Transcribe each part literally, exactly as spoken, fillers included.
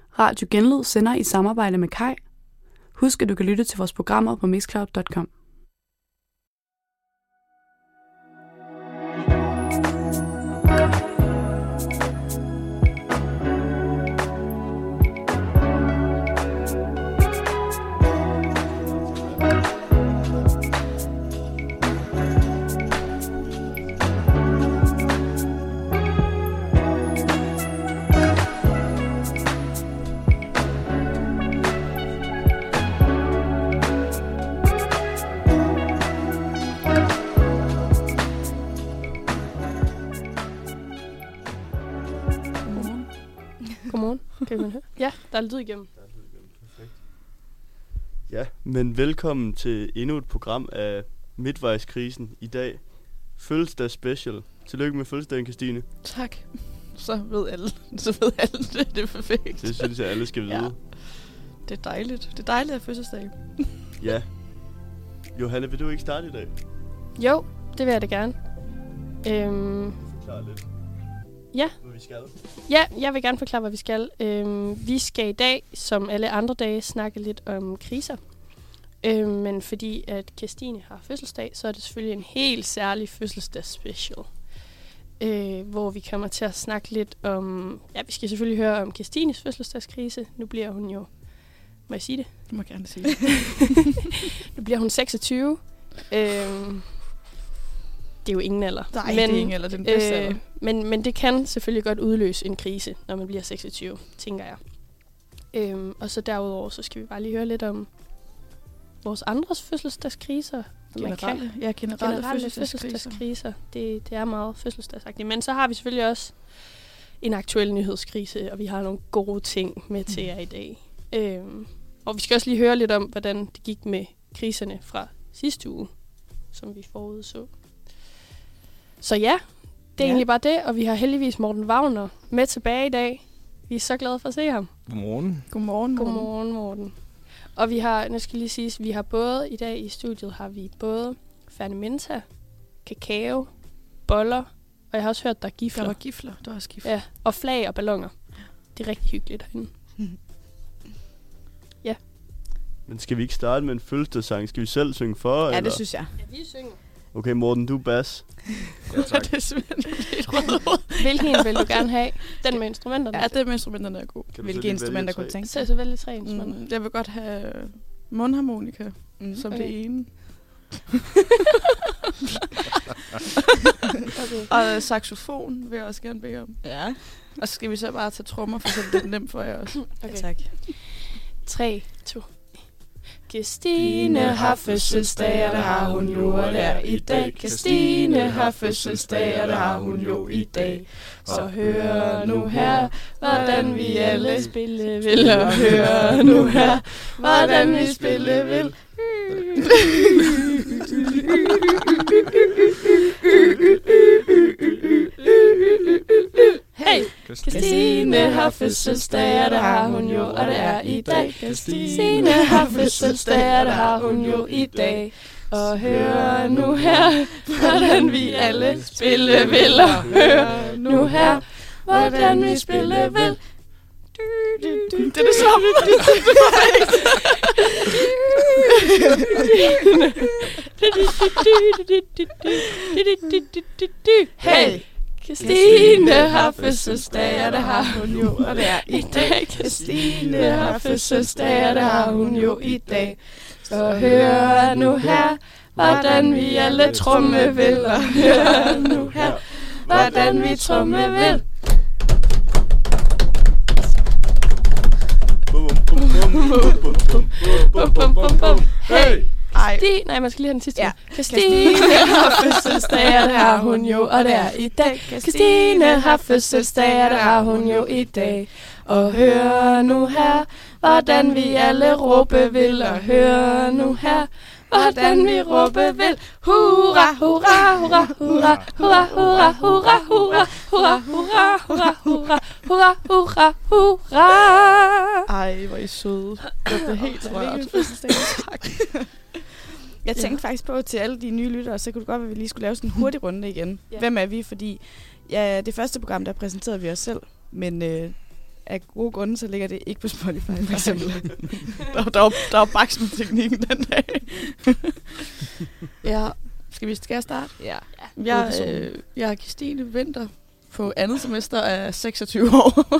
Radio Genlyd sender i samarbejde med Kai. Husk, at du kan lytte til vores programmer på mixcloud punktum com. Godmorgen. Kan man høre? Ja, der er lyd igennem. Der er lyd igennem. Perfekt. Ja, men velkommen til endnu et program af Midtvejskrisen i dag. Fødselsdags special. Tillykke med fødselsdagen, Christine. Tak. Så ved alle. Så ved alle det. Det er perfekt. Det synes jeg, alle skal vide. Ja. Det er dejligt. Det er dejligt at have fødselsdag. Ja. Johanne, vil du ikke starte i dag? Jo, det vil jeg da gerne. Øhm, Forklar lidt. Ja. Hvad vi skal. Ja, jeg vil gerne forklare, hvad vi skal. Øhm, vi skal i dag, som alle andre dage, snakke lidt om kriser. Øhm, men fordi at Christine har fødselsdag, så er det selvfølgelig en helt særlig fødselsdagsspecial. Øh, hvor vi kommer til at snakke lidt om... Ja, vi skal selvfølgelig høre om Christines fødselsdagskrise. Nu bliver hun jo... Må jeg sige det? Du må gerne sige det. Nu bliver hun seksogtyve. Øhm, det er jo ingen alder. Nej, men, det er ingen alder. Den bedste øh, alder. men, men det kan selvfølgelig godt udløse en krise, når man bliver seksogtyve, tænker jeg. Øhm, og så derudover, så skal vi bare lige høre lidt om vores andres fødselsdagskriser. Generelle, ja, generelle, Generelle fødselsdagskriser. fødselsdagskriser. Det, det er meget fødselsdagsagtigt. Men så har vi selvfølgelig også en aktuel nyhedskrise, og vi har nogle gode ting med til jer i dag. Øhm, og vi skal også lige høre lidt om, hvordan det gik med kriserne fra sidste uge, som vi forudså. Så ja, det er ja. egentlig bare det, og vi har heldigvis Morten Wagner med tilbage i dag. Vi er så glade for at se ham. Godmorgen. Godmorgen, Morten. Godmorgen, Morten. Og vi har, nu skal jeg lige sige, vi har både i dag i studiet, har vi både fernementa, kakao, boller, og jeg har også hørt, der er gifler. Der var gifler, der var også gifler. Ja, og flag og balloner. Det er rigtig hyggeligt herinde. Ja. Men skal vi ikke starte med en fødselsdagssang? Skal vi selv synge for? Ja, eller? det synes jeg. Ja, vi synger. Okay, Morten, du er bas. Ja, tak. Det er simpelthen lidt rød. Hvilken vil du gerne have? Den med instrumenterne? Ja, det med instrumenterne er god. Kan du så Hvilke lige instrumenter vælge kunne du tre? tænke Så dig? så vælge tre instrumenter. Mm, jeg vil godt have mundharmonika mm, som okay. det ene. Okay. Og saxofon vil jeg også gerne bede om. Ja. Og så skal vi så bare tage trommer, for så er det nemt for jer også. Okay. Ja, tak. tre, to. Christine har fødselsdag, og det har hun jo, og det er i dag. Christine har fødselsdag, og det har hun jo i dag. Så hør nu her, hvordan vi alle spille vil, og hør nu her, hvordan vi spille vil. Hey! Christine har fødselsdag, og det har hun jo, og det er i dag. Christine har fødselsdag, og det har hun jo i dag. Og hør nu her, hvordan vi alle spille vil, og hør nu her, hvordan vi spille vil. Det er det samme. Hey! Christine har fødselsdag, og det har hun jo, og det er i dag. Christine har fødselsdag, og det har hun jo i dag. Så hør nu her, hvordan vi alle tromme vil, og hør nu her, hvordan vi tromme vil. Bum, bum, bum, bum, bum, bum, bum. Hey! Ej. Christine, nej, man skal lige have den sidste. Ja. Christine har fødselsdag, og det har hun jo, og det er i dag. Christine har fødselsdag, og det har hun jo i dag. Og hør nu her, hvordan vi alle råbe vil, og hør nu her, hvordan vi råbe vil. Hurra, hurra, hurra, hurra, hurra, hurra, hurra, hurra, hurra, hurra, hurra, hurra, hurra, hurra, hurra. Ej, hvor er I søde. Det er helt rørt. Tak. Jeg tænkte ja. faktisk på til alle de nye lyttere, så kunne det godt være, at vi lige skulle lave sådan en hurtig runde igen. Ja. Hvem er vi? Fordi ja, det første program, der præsenterede vi os selv, men øh, af gode grunde, så ligger det ikke på Spotify, for eksempel. der, der, var, der var baks med teknikken den dag. Ja. Skal vi skal jeg starte? Ja. Jeg, øh, jeg er Kristine Vinter på andet semester af seksogtyve år.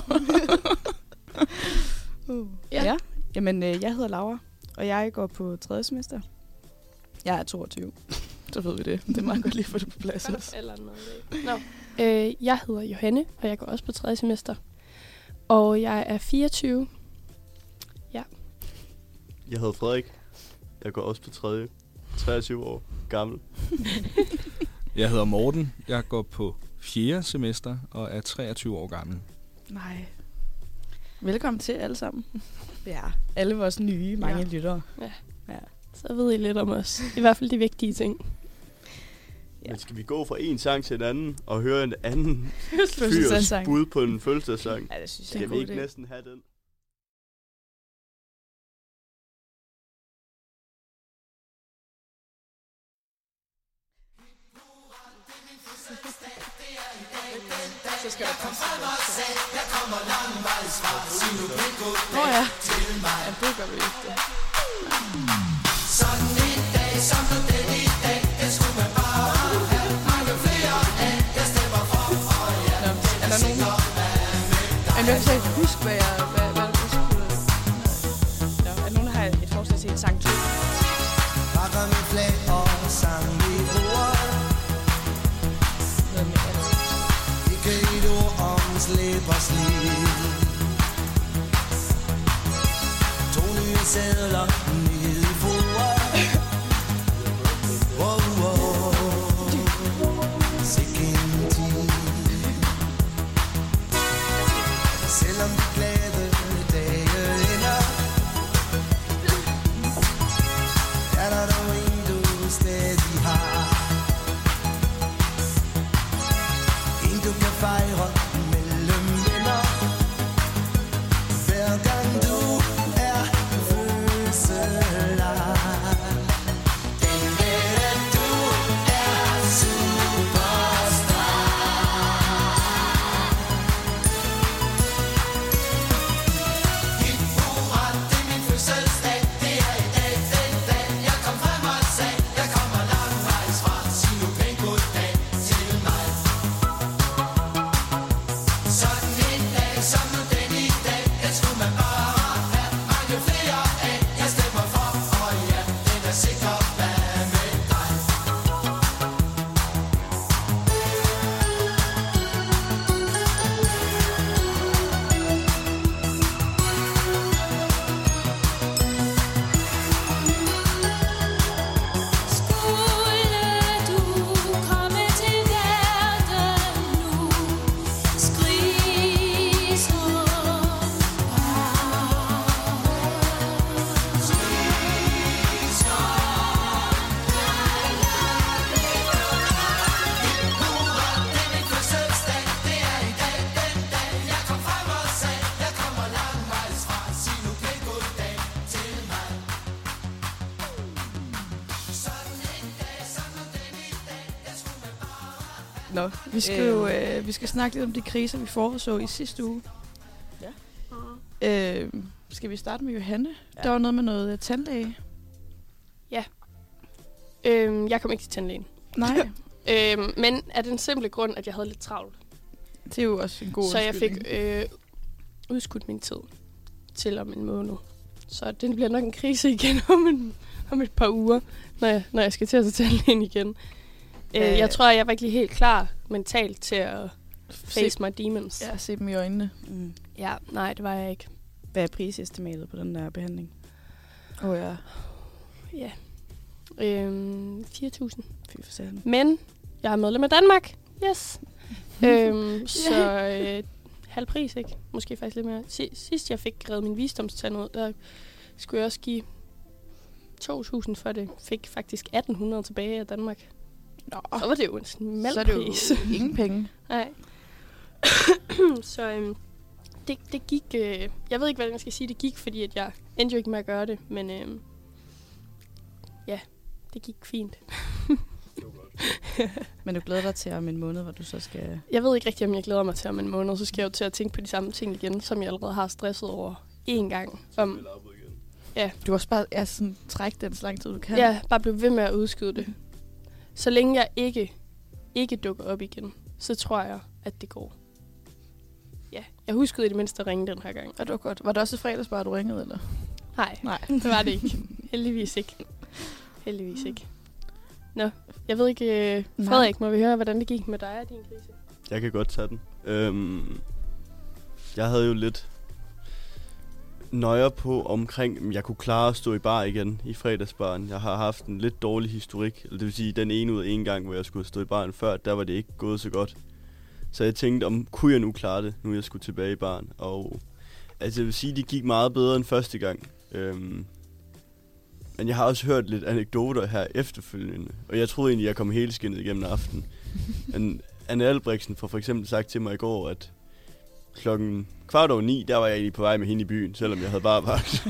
uh. Ja. ja. Jamen, øh, jeg hedder Laura, og jeg går på tredje semester. Jeg er toogtyve. Så ved vi det. Det er meget godt lige at få det på plads også. Eller noget. Nå. Øh, jeg hedder Johanne, og jeg går også på tredje semester. Og jeg er fireogtyve. Ja. Jeg hedder Frederik. Jeg går også på tredje. treogtyve år gammel. Jeg hedder Morten. Jeg går på fjerde semester og er treogtyve år gammel. Nej. Velkommen til alle sammen. Ja, alle vores nye, mange ja. lyttere. Ja. ja. Så ved I lidt om os. I hvert fald de vigtige ting. Ja. Men skal vi gå fra en sang til en anden og høre en anden fyrs bud på en fødselsdagssang? Ja, det synes jeg. Skal vi ikke det. næsten have den? Så skal der passe det. Nå ja. Ja, det gør vi ikke. Det. Sådan en dag, som du den i dag, det skulle man bare have mange flere af. Jeg stemmer for, og ja, er der nogen? Men jeg kan ikke huske, hvad jeg hvad, hvad det skulle. Nå, er der nogen, der har et forslag til en sang to? Pakker med flag og sang i ord. Noget med alt. Ikke et ord om slæb og slid. To nye sædler nede i bordet. Wow, wow. Sikke en tid. Selvom de glade dage ender, er der dog en, du stadig har. En, du kan fejre mellem venner. Hver gang du er fødselar. Den dag, du er superstar. Hip hurra, det er min fødselsdag. Det er i dag, den dag, jeg kom frem og sagde, jeg kommer langvejs fra. Sig nu pænt goddag til mig. Sådan en dag, som nu den i dag, den skulle man bare have mange flere af. Jeg stemmer for, og ja, den er sikker, hvad med dig? Skulle du komme til verden nu, skrig så Nå, vi skal jo øh, vi skal snakke lidt om de kriser, vi forudså i sidste uge. Ja. Øh, skal vi starte med Johanne? Ja. Der var noget med noget tandlæge. Øhm, jeg kom ikke til tandlægen. Nej, Øhm, men af den simple grund, at jeg havde lidt travlt. det er jo også en god Så jeg fik undskyldning. øh, udskudt min tid til om en måned. Så det bliver nok en krise igen om, en, om et par uger, når jeg, når jeg skal til at tage tandlægen igen. Øh, Øh. jeg tror, jeg var ikke lige helt klar mentalt til at face my demons. Ja, se dem i øjnene. Mm. Ja, nej, det var jeg ikke. Hvad er prisestimatet på den der behandling? Åh oh, ja. Ja. Øhm, fire tusind. Fy for satan. Men jeg er medlem af Danmark. Yes. øhm, så øh, halv pris, ikke? Måske faktisk lidt mere. Si- sidst jeg fik reddet min visdomstand ud, der skulle jeg også give to tusind for det. Fik faktisk atten hundrede tilbage af Danmark. Nå, Så var det jo en smal så er det jo pris. ingen penge. Nej. så øhm, det, det gik... Øh, jeg ved ikke, hvad jeg skal sige, det gik, fordi at jeg endte jo ikke med at gøre det. Men øhm, ja, det gik fint. Men du glæder dig til om en måned, hvor du så skal... Jeg ved ikke rigtig, om jeg glæder mig til om en måned. Så skal jeg jo til at tænke på de samme ting igen, som jeg allerede har stresset over én gang. Om, Du også bare ja, sådan, trække den så lang tid, du kan. ja, bare blive ved med at udskyde det. Så længe jeg ikke, ikke dukker op igen, så tror jeg, at det går. Ja, jeg huskede i det mindste at ringe den her gang. Og det var godt. Var det også fredagsbar, du ringede, eller? Nej, Nej. det var det ikke. Heldigvis ikke. Heldigvis ikke. Nå, jeg ved ikke, øh, Frederik, må vi høre, hvordan det gik med dig og din krise? Jeg kan godt tage den. Øhm, jeg havde jo lidt nøjer på omkring, om jeg kunne klare at stå i bar igen i fredagsbaren. Jeg har haft en lidt dårlig historik. Det vil sige, den ene ud af en gang, hvor jeg skulle stå i baren før, der var det ikke gået så godt. Så jeg tænkte, om kunne jeg nu klare det, nu jeg skulle tilbage i baren. Og altså, jeg vil sige, det gik meget bedre end første gang. Øhm, men jeg har også hørt lidt anekdoter her efterfølgende. Og jeg troede egentlig, jeg kom helskindet igennem aftenen. Men Anne Albrechtsen får for eksempel sagt til mig i går, at klokken kvart over ni, der var jeg egentlig på vej med hende i byen, selvom jeg havde bare vagt.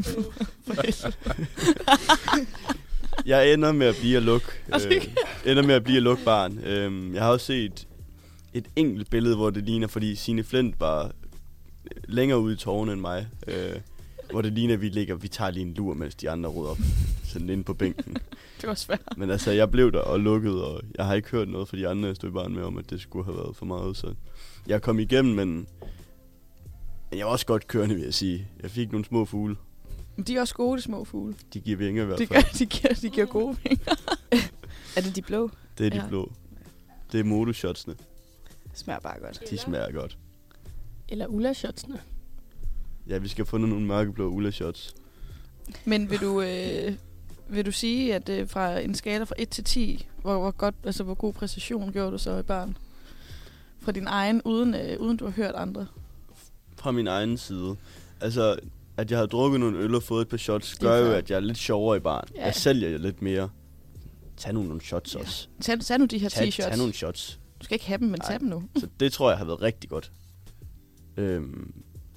Jeg ender med at blive at lukke. Øh, ender med at blive at lukke baren. Øh, jeg har også set et enkelt billede, hvor det ligner, fordi Signe Flint var længere ude i tårne end mig. Øh, hvor det ligner, at vi ligger, vi tager lige en lur, mens de andre rydder op. Sådan inde på bænken. Det var svært. Men altså, jeg blev der og lukkede, og jeg har ikke hørt noget fra de andre, jeg stod i baren med om, at det skulle have været for meget. Så jeg kom igennem, men jeg var også godt kørende, vil jeg sige. Jeg fik nogle små fugle. De er også gode, de små fugle. De giver vinger i hvert De fald. gør, de giver, de giver gode vinger. Er det de blå? Det er de Ja. blå. Det er modushotsene. Det smager bare godt. De smager godt. Eller Ulla-shotsene. Ja, vi skal have fundet nogle mørkeblå Ulla-shots. Men vil du, øh, vil du sige, at øh, fra en skala fra et til ti, hvor, hvor, godt, altså, hvor god præcision gjorde du så i barn? Fra din egen, uden, øh, uden du har hørt andre? Fra min egen side. Altså, at jeg har drukket nogle øl og fået et par shots, gør jo, at jeg er lidt sjovere i baren. Ja. Jeg sælger lidt mere. Tag nu nogle shots Ja. også. Tag, tag nu de her Tag, t-shirts. tag nogle shots. Du skal ikke have dem, men Nej. tag dem nu. Så det tror jeg har været rigtig godt. Øhm,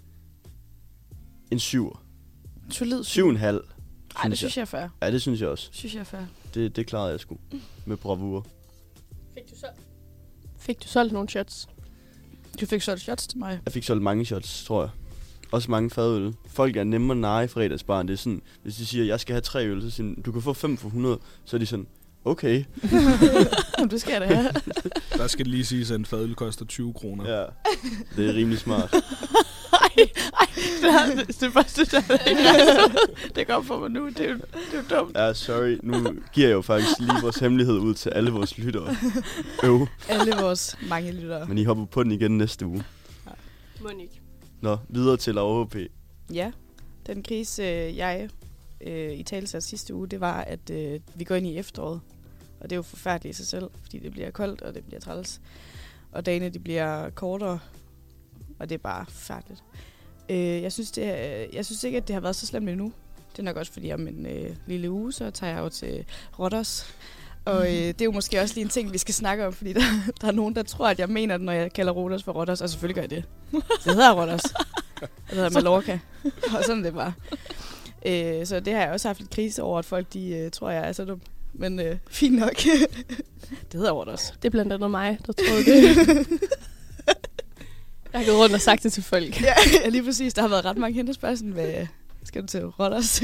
en syv. Solid Syv og en halv. Nej, det synes jeg er fair. Ja, det synes jeg også. Synes jeg er fair. Det, det klarede jeg sgu. Med bravur. Fik du, så? Fik du solgt nogle shots? Du fik solgt shots til mig. Jeg fik solgt mange shots, tror jeg. Også mange fadøl. Folk er nemmere narre i fredagsbaren. Det er sådan, hvis de siger, jeg skal have tre øl, så siger de, du kan få fem for hundrede. Så er de sådan, okay. Det skal jeg da have. Der skal det lige siges, at en fadøl koster tyve kroner. Ja, det er rimelig smart. Ej, ej, det er det første, der er ikke det går for mig nu. Det er jo, det er jo dumt. Ja, sorry. Nu giver jeg jo faktisk lige vores hemmelighed ud til alle vores lyttere. Øv. Alle vores mange lyttere. Men I hopper på den igen næste uge. Monique. Nå, videre til Laura P. Ja, den krise, øh, jeg øh, i tale satte sidste uge, det var, at øh, vi går ind i efteråret. Og det er jo forfærdeligt i sig selv, fordi det bliver koldt, og det bliver træls. Og dagene, de bliver kortere, og det er bare forfærdeligt. Øh, jeg, synes, det er, jeg synes ikke, at det har været så slemt endnu. Det er nok også, fordi om en øh, lille uge, så tager jeg jo til Rodos. Og øh, det er jo måske også lige en ting, vi skal snakke om, fordi der, der er nogen, der tror, at jeg mener det, når jeg kalder Rodos for Rodos, og selvfølgelig gør jeg det. Det hedder Rodos. Det hedder Mallorca. Og sådan er det bare. Øh, så det har jeg også haft lidt krise over, at folk de øh, tror, jeg er så dum. Men øh, fint nok. Det hedder Rodos. Det er blandt andet mig, der troede det. Jeg har gået rundt og sagt det til folk. Ja, lige præcis. Der har været ret mange hende spørgsmål, hvad skal du til Rodos?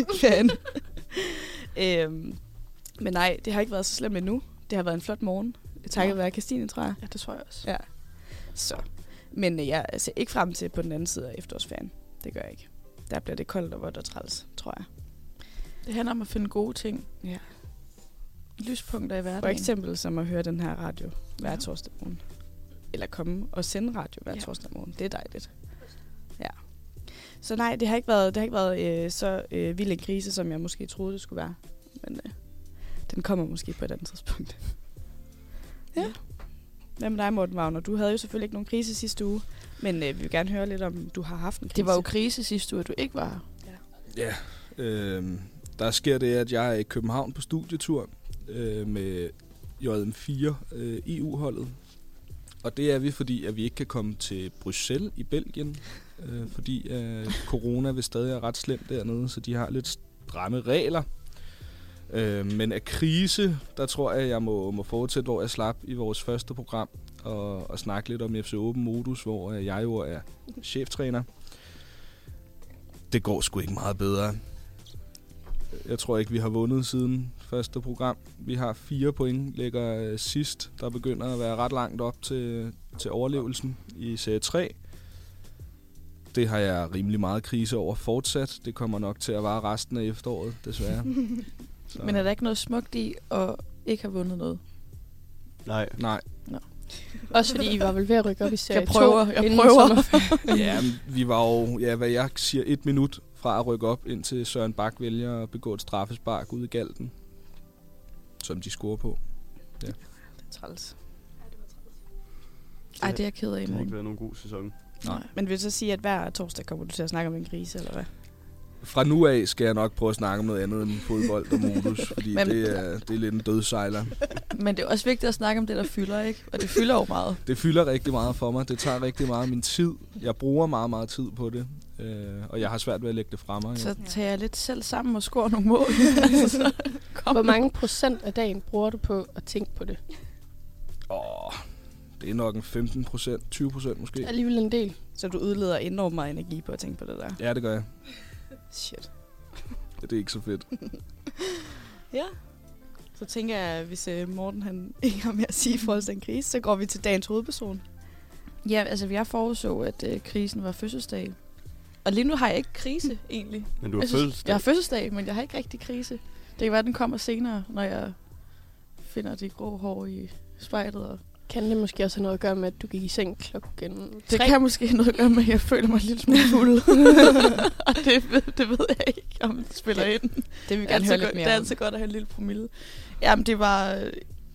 øhm, men nej, det har ikke været så slemt endnu. Det har været en flot morgen. Takket være Christine, tror jeg. Ja, det tror jeg også. Ja. Så. Men øh, jeg ser ikke frem til på den anden side af efterårsferien. Det gør jeg ikke. Der bliver det koldt og vådt og træls, tror jeg. Det handler om at finde gode ting. Ja. Lyspunkter i hverdagen. For eksempel som at høre den her radio hver ja. torsdag morgen. Eller komme og sende radio hver ja. torsdag morgen. Det er dejligt. Ja. Så nej, det har ikke været, det har ikke været øh, så øh, vild en krise, som jeg måske troede, det skulle være. Men øh, den kommer måske på et andet tidspunkt. Ja. Hvad med dig, Morten Wagner? Du havde jo selvfølgelig ikke nogen krise sidste uge, men øh, vi vil gerne høre lidt om, du har haft en krise. Det var jo krise sidste uge, at du ikke var her. Ja, øh, der sker det, at jeg er i København på studietur øh, med J M fire øh, E U-holdet. Og det er vi, fordi at vi ikke kan komme til Bruxelles i Belgien, øh, fordi øh, corona vil stadig er ret slemt dernede, så de har lidt stramme regler. Øh, men af krise, der tror jeg, jeg må, må fortsætte, hvor jeg slap i vores første program, og, og snakke lidt om F C Open modus, hvor jeg jo er cheftræner. Det går sgu ikke meget bedre. Jeg tror ikke, vi har vundet siden første program. Vi har fire point, ligger øh, sidst, der begynder at være ret langt op til, til overlevelsen i serie tre. Det har jeg rimelig meget krise over fortsat. Det kommer nok til at vare resten af efteråret, desværre. Så. Men er der ikke noget smukt i at ikke have vundet noget? Nej. Nej. Også fordi I var vel ved at rykke op i serie Jeg prøver, to jeg inden prøver. sommerferien. Ja, men vi var jo, ja, hvad jeg siger, et minut fra at rykke op, indtil Søren Bak vælger at begå et straffespark ude i Galten, som de scorer på. Ja. Det er træls. Ej, det er jeg ked af i Det har ikke morgen. været nogen god sæson. Nej. Men vil du så sige, at hver torsdag kommer du til at snakke om en krise, eller hvad? Fra nu af skal jeg nok prøve at snakke om noget andet end fodbold og modus, fordi Men- det er, det er lidt en dødsejler. Men det er også vigtigt at snakke om det, der fylder, ikke? Og det fylder jo meget. Det fylder rigtig meget for mig. Det tager rigtig meget af min tid. Jeg bruger meget, meget tid på det. Øh, og jeg har svært ved at lægge det fra mig. Så Ja. tager jeg lidt selv sammen og scorer nogle mål. altså, så kom Hvor nu. mange procent af dagen bruger du på at tænke på det? Åh, det er nok en femten procent, tyve procent måske. Alligevel en del. Så du udleder enormt meget energi på at tænke på det der. Ja, det gør jeg. Shit. Det er ikke så fedt. Ja. Så tænker jeg, at hvis uh, Morten han ikke har mere at sige i forhold til den krise, så går vi til dagens hovedperson. Ja, altså jeg forudså, at øh, krisen var fødselsdag. Og lige nu har jeg ikke krise, egentlig. Men du har Jeg synes- fødselsdag. Jeg har fødselsdag, men jeg har ikke rigtig krise. Det kan være, at den kommer senere, når jeg finder de grå hår i spejlet. Og Kan det måske også have noget at gøre med, at du gik i seng klokken det tre? kan måske have noget at gøre med, at jeg føler mig lidt smule fuld. Og det, ved- det ved jeg ikke, om det spiller ind. Det vil vi Det er, gerne altid høre godt, lidt det er mere om. altid godt at have en lille promille. Jamen, det var... øh,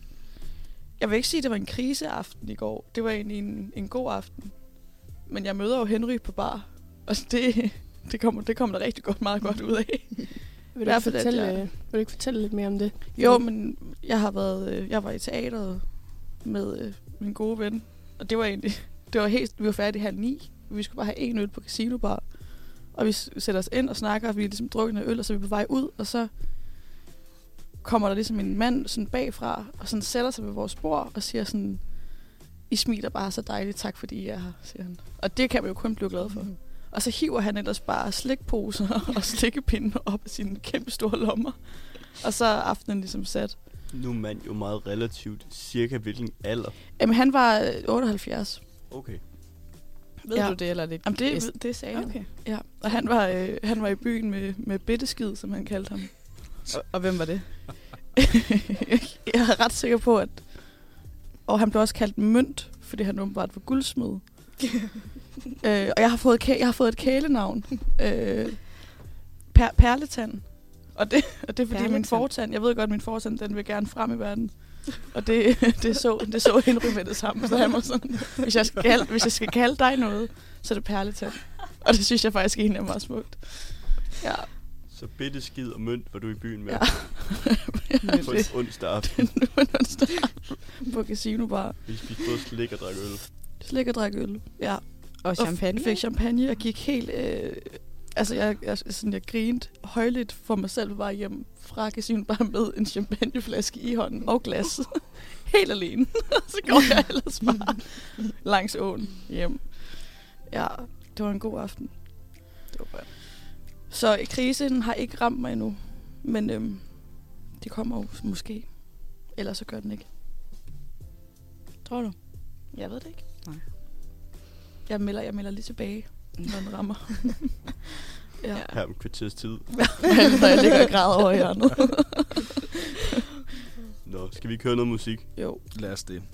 Jeg vil ikke sige, at det var en kriseaften i går. Det var egentlig en, en god aften. Men jeg møder jo Henry på bar. Og det, det, kommer, det kommer der rigtig godt, meget godt ud af. Vil du, I hvert ikke fald, at fortælle, jeg- vil du ikke fortælle lidt mere om det? Jo, men jeg har været... øh, Jeg var i teateret med øh, min gode ven. Og det var egentlig... Det var helt, vi var færdige halv ni. Vi skulle bare have en øl på Casino Bar. Og vi s- sætter os ind og snakker, og vi har ligesom drukket noget øl, og så er vi på vej ud, og så kommer der ligesom en mand sådan bagfra, og sådan sætter sig ved vores bord, og siger sådan, I smiler bare så dejligt, tak fordi I er her, siger han. Og det kan man jo kun blive glad for. Og så hiver han ellers bare slikposer og slikkepinde op af sine kæmpe store lommer. Og så er aftenen ligesom sat. Nu er man jo meget relativt. Cirka hvilken alder? Jamen, han var øh, otteoghalvfjerds. Okay. Ved Ja. du det, eller er det? Jamen, det, det sagde han. Okay. Ja. Og han var, øh, han var i byen med, med bitteskid, som han kaldte ham. Og, og hvem var det? Jeg er ret sikker på, at... Og han blev også kaldt Mønt, fordi han åbenbart var guldsmed. øh, og jeg har, fået, kæ- jeg har fået et kælenavn. øh, per- Perletand. Og det, og det er fordi min Perletand. fortand... Jeg ved godt, at min fortand, den vil gerne frem i verden. Og det, det, så, det så Henry med det samme. Så han var sådan, hvis jeg, skal kalde, hvis jeg skal kalde dig noget, så er det Perletand. Og det synes jeg faktisk egentlig er meget smukt. Ja. Så bitte skid og mønt var du i byen med. Ja. Ja. På en onsdag aften. Nu er den start på Casino Bar. Vi spiste både slik og drak øl. Slik og drak øl. Ja. Og champagne? Og fik champagne og gik helt... Øh, altså, jeg, jeg, sådan, jeg grinte højligt for mig selv på vej hjem fra Casino Bar med en champagneflaske i hånden og glas. Helt alene. Så går jeg ellers bare langs åen hjem. Ja, det var en god aften. Det var godt. Så krisen har ikke ramt mig endnu. Men øhm, det kommer jo måske. Ellers så gør den ikke. Tror du? Jeg ved det ikke. Nej. Jeg melder, jeg melder lige tilbage, når den rammer. ja. Her om kvarters tid. Når jeg ligger og græder over hjørnet. Nå, skal vi køre noget musik? Jo. Lad os det.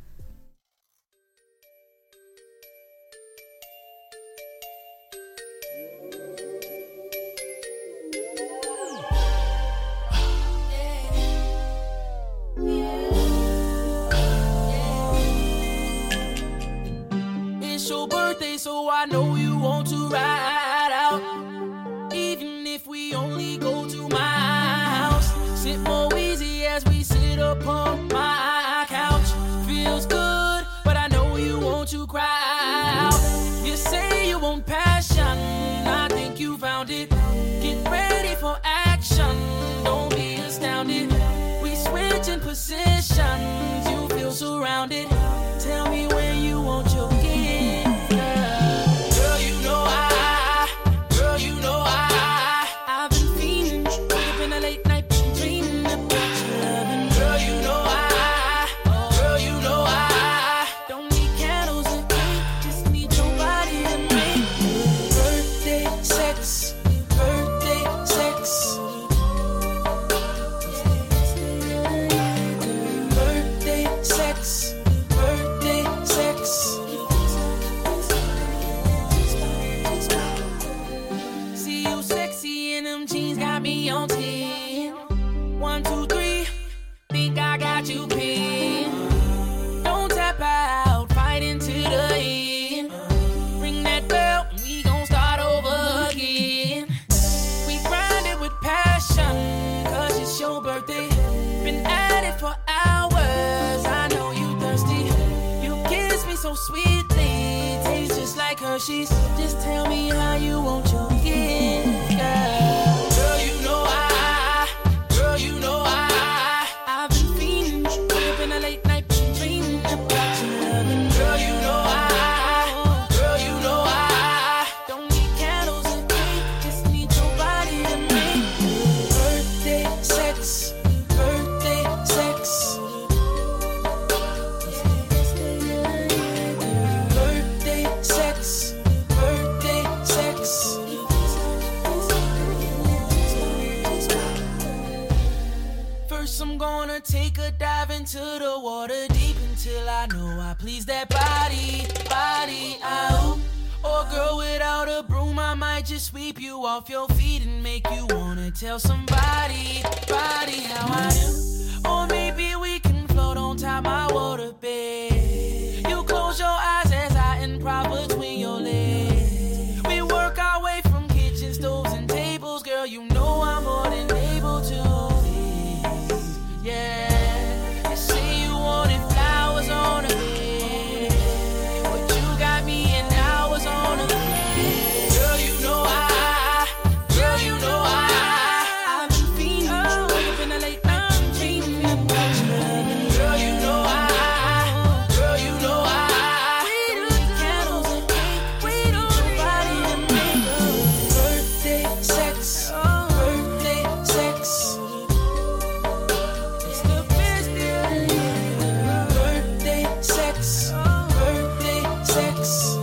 It's your birthday, so I know you want to ride out. Even if we only go to my house. Sit more easy as we sit upon my couch. Feels good, but I know you want to cry out. You say you want passion, I think you found it. Get ready for action, don't be a stand. so sweetly. Tastes just like Hershey's. Just tell me how you want your gift, girl. Girl, you know I, girl, you know I, I've been fiending, up in a late night, been dreaming about your loving. Girl, you know I, girl, you know I, don't need candles and cake, just need your body to make birthday sex, birthday sex. Birthday sex, birthday sex. First I'm gonna take a dive into the water deep until I know I please that body, body out. Or girl without a broom, I might just sweep you off your feet and make you wanna tell somebody, body how I do. Or maybe we can float on top my water bed. You close your eyes as I improv between your legs. We work our way from kitchen stoves and tables, girl. You know I'm more than able to. Yeah, you say you wanted flowers on a bed, but you got me in hours on a bed. Girl, you know I, girl, you know I, I've been fiending, up in the late night, I'm dreaming about you. Girl, you know I, girl, you know I, we don't need candles and cake, we don't need nobody to make birthday sex, birthday sex. It's the best day of the year. Birthday sex, birthday sex.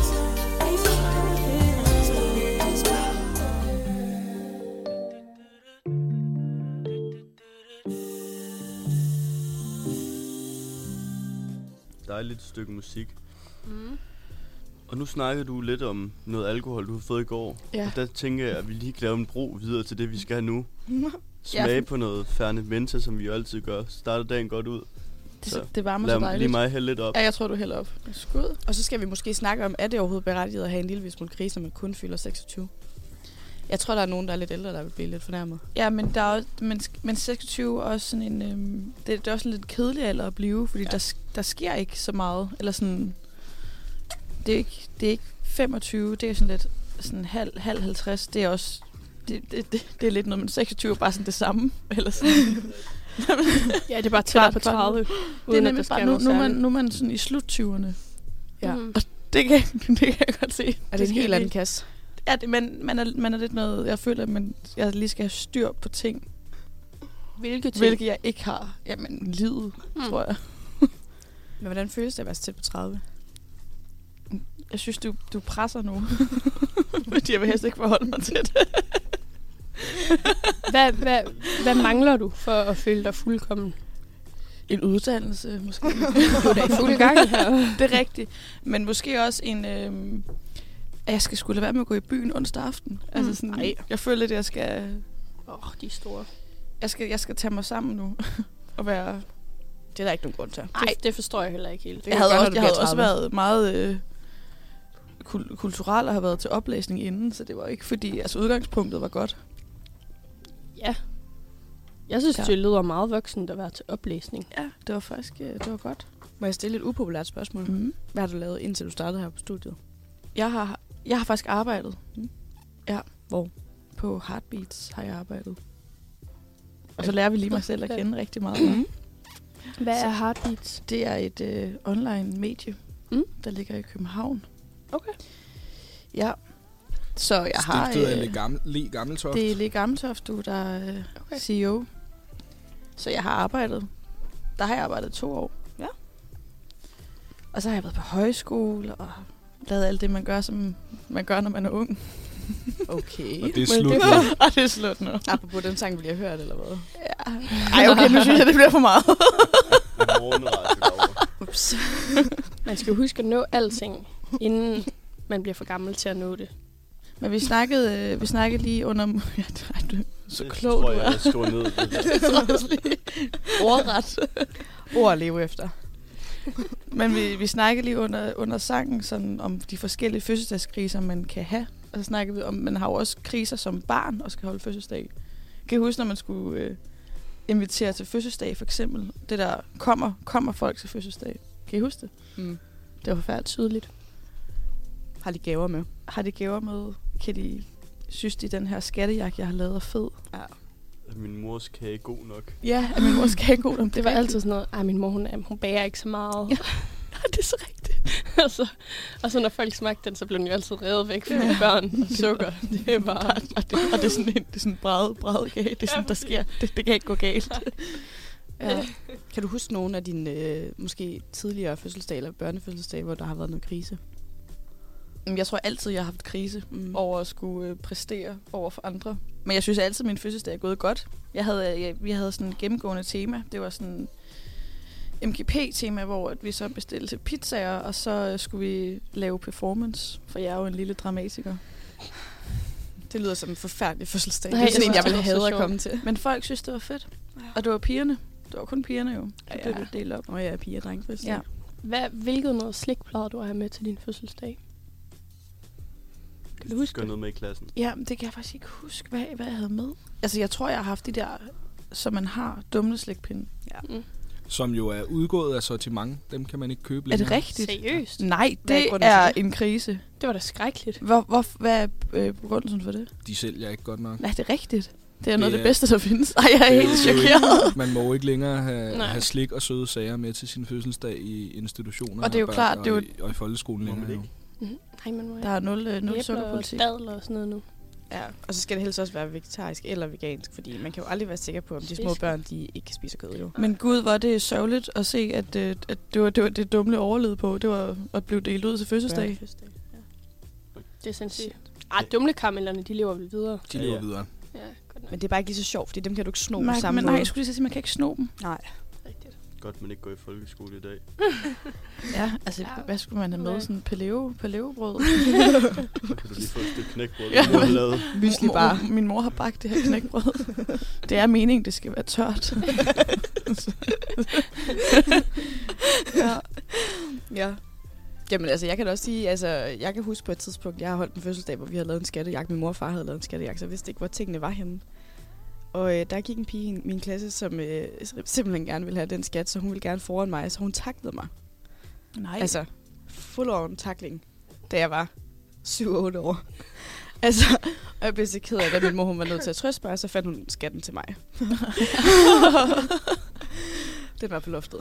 Dejligt stykke musik. Mm. Og nu snakker du lidt om noget alkohol, du har fået i går. Ja. Og der tænker jeg, at vi lige kan lave en bro videre til det, vi skal have nu. Smage Ja. på noget Fernet Mensa, som vi jo altid gør. Starter dagen godt ud. Det, Så det varmer Lad så lige dejligt. mig hælde lidt op. Ja, jeg tror, du hælder op. Skud. Og så skal vi måske snakke om, er det overhovedet berettiget at have en lille smule krise, når man kun fylder seksogtyve? Jeg tror, der er nogen, der er lidt ældre, der vil blive lidt fornærmet. Ja, men der er også, men, men seksogtyve er også sådan en, øhm, det, det er også en lidt kedelig alder at blive, fordi Ja. ja. der, der sker ikke så meget. Eller sådan, det er ikke, det er ikke femogtyve, det er sådan lidt sådan halv, halv halvtreds, det er også, det, det, det, det er lidt noget, men seksogtyve er bare sådan det samme. Eller sådan. Ja, det er bare tættere på Klart, klart. tredive. Det er uden at der nemlig sker bare, nu, noget nu, er man, særligt. nu er man sådan i sluttyverne. Ja. Mhm. Det kan, det kan jeg godt se. Er det en skal helt jeg anden lige- kasse? Ja, det, men man er, man er lidt noget, jeg føler, at man, jeg lige skal have styr på ting, Hvilke ting? hvilket jeg ikke har. Jamen, livet, Mm. tror jeg. Men hvordan føles det at være så tæt på tredive? Jeg synes, du, du presser nu. Fordi jeg vil helst ikke forholde mig til det. Hvad, hvad, hvad mangler du for at føle dig fuldkommen? En uddannelse, måske. Du er da i fuld gang her. Det er rigtigt. Men måske også en... Øhm, at jeg skal skulle lade være med at gå i byen onsdag aften. Altså sådan, Ej. jeg føler lidt, at jeg skal, Åh, oh, de er store. jeg skal, jeg skal tage mig sammen nu. og være... Det er der ikke nogen grund til. Det, det forstår jeg heller ikke helt. Det Jeg kan havde, godt, også, når du jeg bliver havde også tredive. været meget øh, kul- kulturel og har været til oplæsning inden, så det var ikke fordi, altså udgangspunktet var godt. Ja. Jeg synes, Ja. det lyder meget voksent at være til oplæsning. Ja, det var faktisk øh, det var godt. Må jeg stille et upopulært spørgsmål? Mm. Hvad har du lavet, indtil du startede her på studiet? Jeg har jeg har faktisk arbejdet. Mm. Ja, hvor? På Heartbeats har jeg arbejdet. Og så lærer vi lige mig selv at kende rigtig meget. Hvad er Heartbeats? Det er et øh, online medie, Mm. der ligger i København. Okay. Ja. Så jeg har... Stiftet af øh, Le, Gammel, Le Gammeltoft. Det er Le Gammeltoft, du, der er øh, Okay. C E O. Så jeg har arbejdet. Der har jeg arbejdet to år. Ja. Og så har jeg været på højskole og lavet alt det, man gør, som man gør, når man er ung. Okay. Og det er Men slut det nu. Og det er slut nu. Apropos den sang, vil jeg høre det, eller hvad? Ja. Ej, okay, nu synes jeg, det bliver for meget. Morgenradio derovre. Ups. Man skal jo huske at nå alting, inden man bliver for gammel til at nå det. Men vi snakkede, øh, vi snakkede lige under... Ja, det er du så Det klog, tror du jeg, er. jeg skriver ned. Det er så også lige ordret. Ord at leve efter. Men vi, vi snakkede lige under, under sangen sådan, om de forskellige fødselsdagskriser, man kan have. Og så snakkede vi om, man har jo også kriser som barn og skal holde fødselsdag. Kan I huske, når man skulle øh, invitere til fødselsdag, for eksempel? Det der, kommer, kommer folk til fødselsdag? Kan I huske det? Mm. Det var forfærdeligt. Tydeligt. Har de gaver med? Har de gaver med? Kan de synes, de den her skattejagt, jeg har lavet, er fed? Ja. Er min mors kage god nok? Ja, er min mors kage god? Om Det var altid sådan noget, ej, min mor, hun, er, hun bager ikke så meget. Ja. Det er så rigtigt. og, så, og så når folk smagte den, så blev den jo altid revet væk fra mine børn. Og sukker, det er bare... og, det, og det er sådan en det er sådan brædet, brædet kage. Det er sådan, der sker. Det, det kan ikke gå galt. Ja. Kan du huske nogle af dine øh, måske tidligere fødselsdage eller børnefødselsdage, hvor der har været noget krise? Jeg tror altid, jeg har haft krise Mm. over at skulle øh, præstere over for andre. Men jeg synes altid, at min fødselsdag er gået godt. Jeg havde, jeg, vi havde sådan et gennemgående tema. Det var sådan M G P-tema, hvor at vi så bestilte pizzaer, og så øh, skulle vi lave performance, for jeg er jo en lille dramatiker. Det lyder som en forfærdelig fødselsdag. Nej, det er sådan jeg en, jeg synes, ville det var have så at komme til. Men folk synes, det var fedt. Ja. Og det var pigerne. Det var kun pigerne jo. Så Ja, blev ja. det delt op. Nå ja, piger og drenge fødselsdag. Ja. Hvad, hvilket noget slik plejede du at have med til din fødselsdag? Kan du huske Gør det? noget med i klassen. Ja, men det kan jeg faktisk ikke huske, hvad, hvad jeg havde med. Altså, jeg tror, jeg har haft de der, som man har, dumle slikpinde. Ja. Mm. Som jo er udgået af sortiment. Dem kan man ikke købe Er det længere. rigtigt? Seriøst? Nej, Hvad er det grunden til er det? en krise. Det var da skrækkeligt. Hvor, hvor, hvad er øh, begrundelsen for det? De sælger ikke godt nok. Nej, det er rigtigt. Det er noget af Det det er- bedste, der findes. Ej, jeg er Det er helt jo ikke- chokeret. Man må jo ikke længere have, Nej. have slik og søde sager med til sin fødselsdag i institutioner. Og det er jo børn klart, og, det er jo- i, og i folkeskolen Må man længere. ikke? jo. Mm-hmm. Nej, man må Der ikke. er nul, øh, nul Æbler og sukkerpolitik. dadler og sådan noget nu. Ja, og så skal det helst også være vegetarisk eller vegansk, fordi man kan jo aldrig være sikker på, om de små Spids. børn, de ikke spiser kød jo. Men gud, hvor er det sørgeligt at se, at, øh, at det var det, var det dumle overlevede på. Det var at blive delt ud til fødselsdag. Børnefødselsdag. Ja. Det er sindssygt. Ej, dumlekaramellerne, de lever vel videre. De Ja, lever ja. videre. Ja, godt nok. Men det er bare ikke lige så sjovt, fordi dem kan du ikke sno på Man, samme men måde. nej, jeg skulle lige så sige, man kan ikke sno dem. Nej. Rigtigt. Godt, man ikke går i folkeskole i dag. Ja, altså, Ja. hvad skulle man have med? Nej. Sådan paleo, paleobrød? Så kan du lige få et stykke knækbrød, Ja. du har lavet. Mysli Mor- bare. Min mor har bagt det her knækbrød. Det er meningen, det skal være tørt. Ja. Ja. Jamen altså, jeg kan da også sige, altså, jeg kan huske på et tidspunkt, jeg har holdt en fødselsdag, hvor vi havde lavet en skattejagt. Min mor og far havde lavet en skattejagt, så jeg vidste ikke, hvor tingene var henne. Og øh, der gik en pige i min klasse, som øh, simpelthen gerne ville have den skat, så hun ville gerne foran mig, så hun taklede mig. Nej. Altså, full on tackling, da jeg var syv otte år. Altså, og jeg blev så ked af, da min mor hun var nødt til at trøste mig, og så fandt hun skatten til mig. Den var på loftet.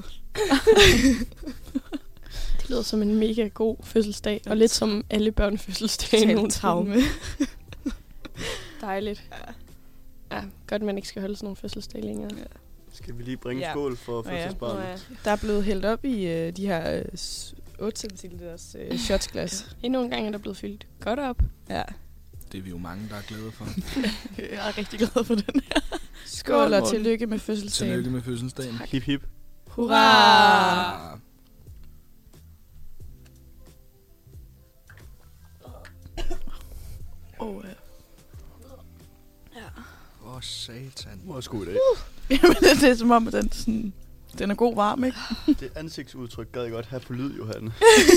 Det lyder som en mega god fødselsdag, og lidt som alle børnefødselsdage Totalt nogensinde. traume. Dejligt. Ja, godt, man ikke skal holde sådan nogle fødselsdage længere. Ja. Skal vi lige bringe Ja. skål for Nå ja. fødselsbarnet? Nå ja. Der er blevet hældt op i øh, de her øh, s- otte centiliters øh, shotsglas. Endnu en gang er der blevet fyldt godt op. Ja. Det er vi jo mange, der er glade for. Jeg er rigtig glad for den her. Skål og Morten. tillykke med fødselsdagen. Tillykke med fødselsdagen. Hip hip. Hurra! Ah, Oh, ja. Åh, satan. Hvor sgu i dag. Jamen, det, det er som om, at den, sådan, den er god varm, ikke? Det ansigtsudtryk gad jeg godt have på lyd, Johanne.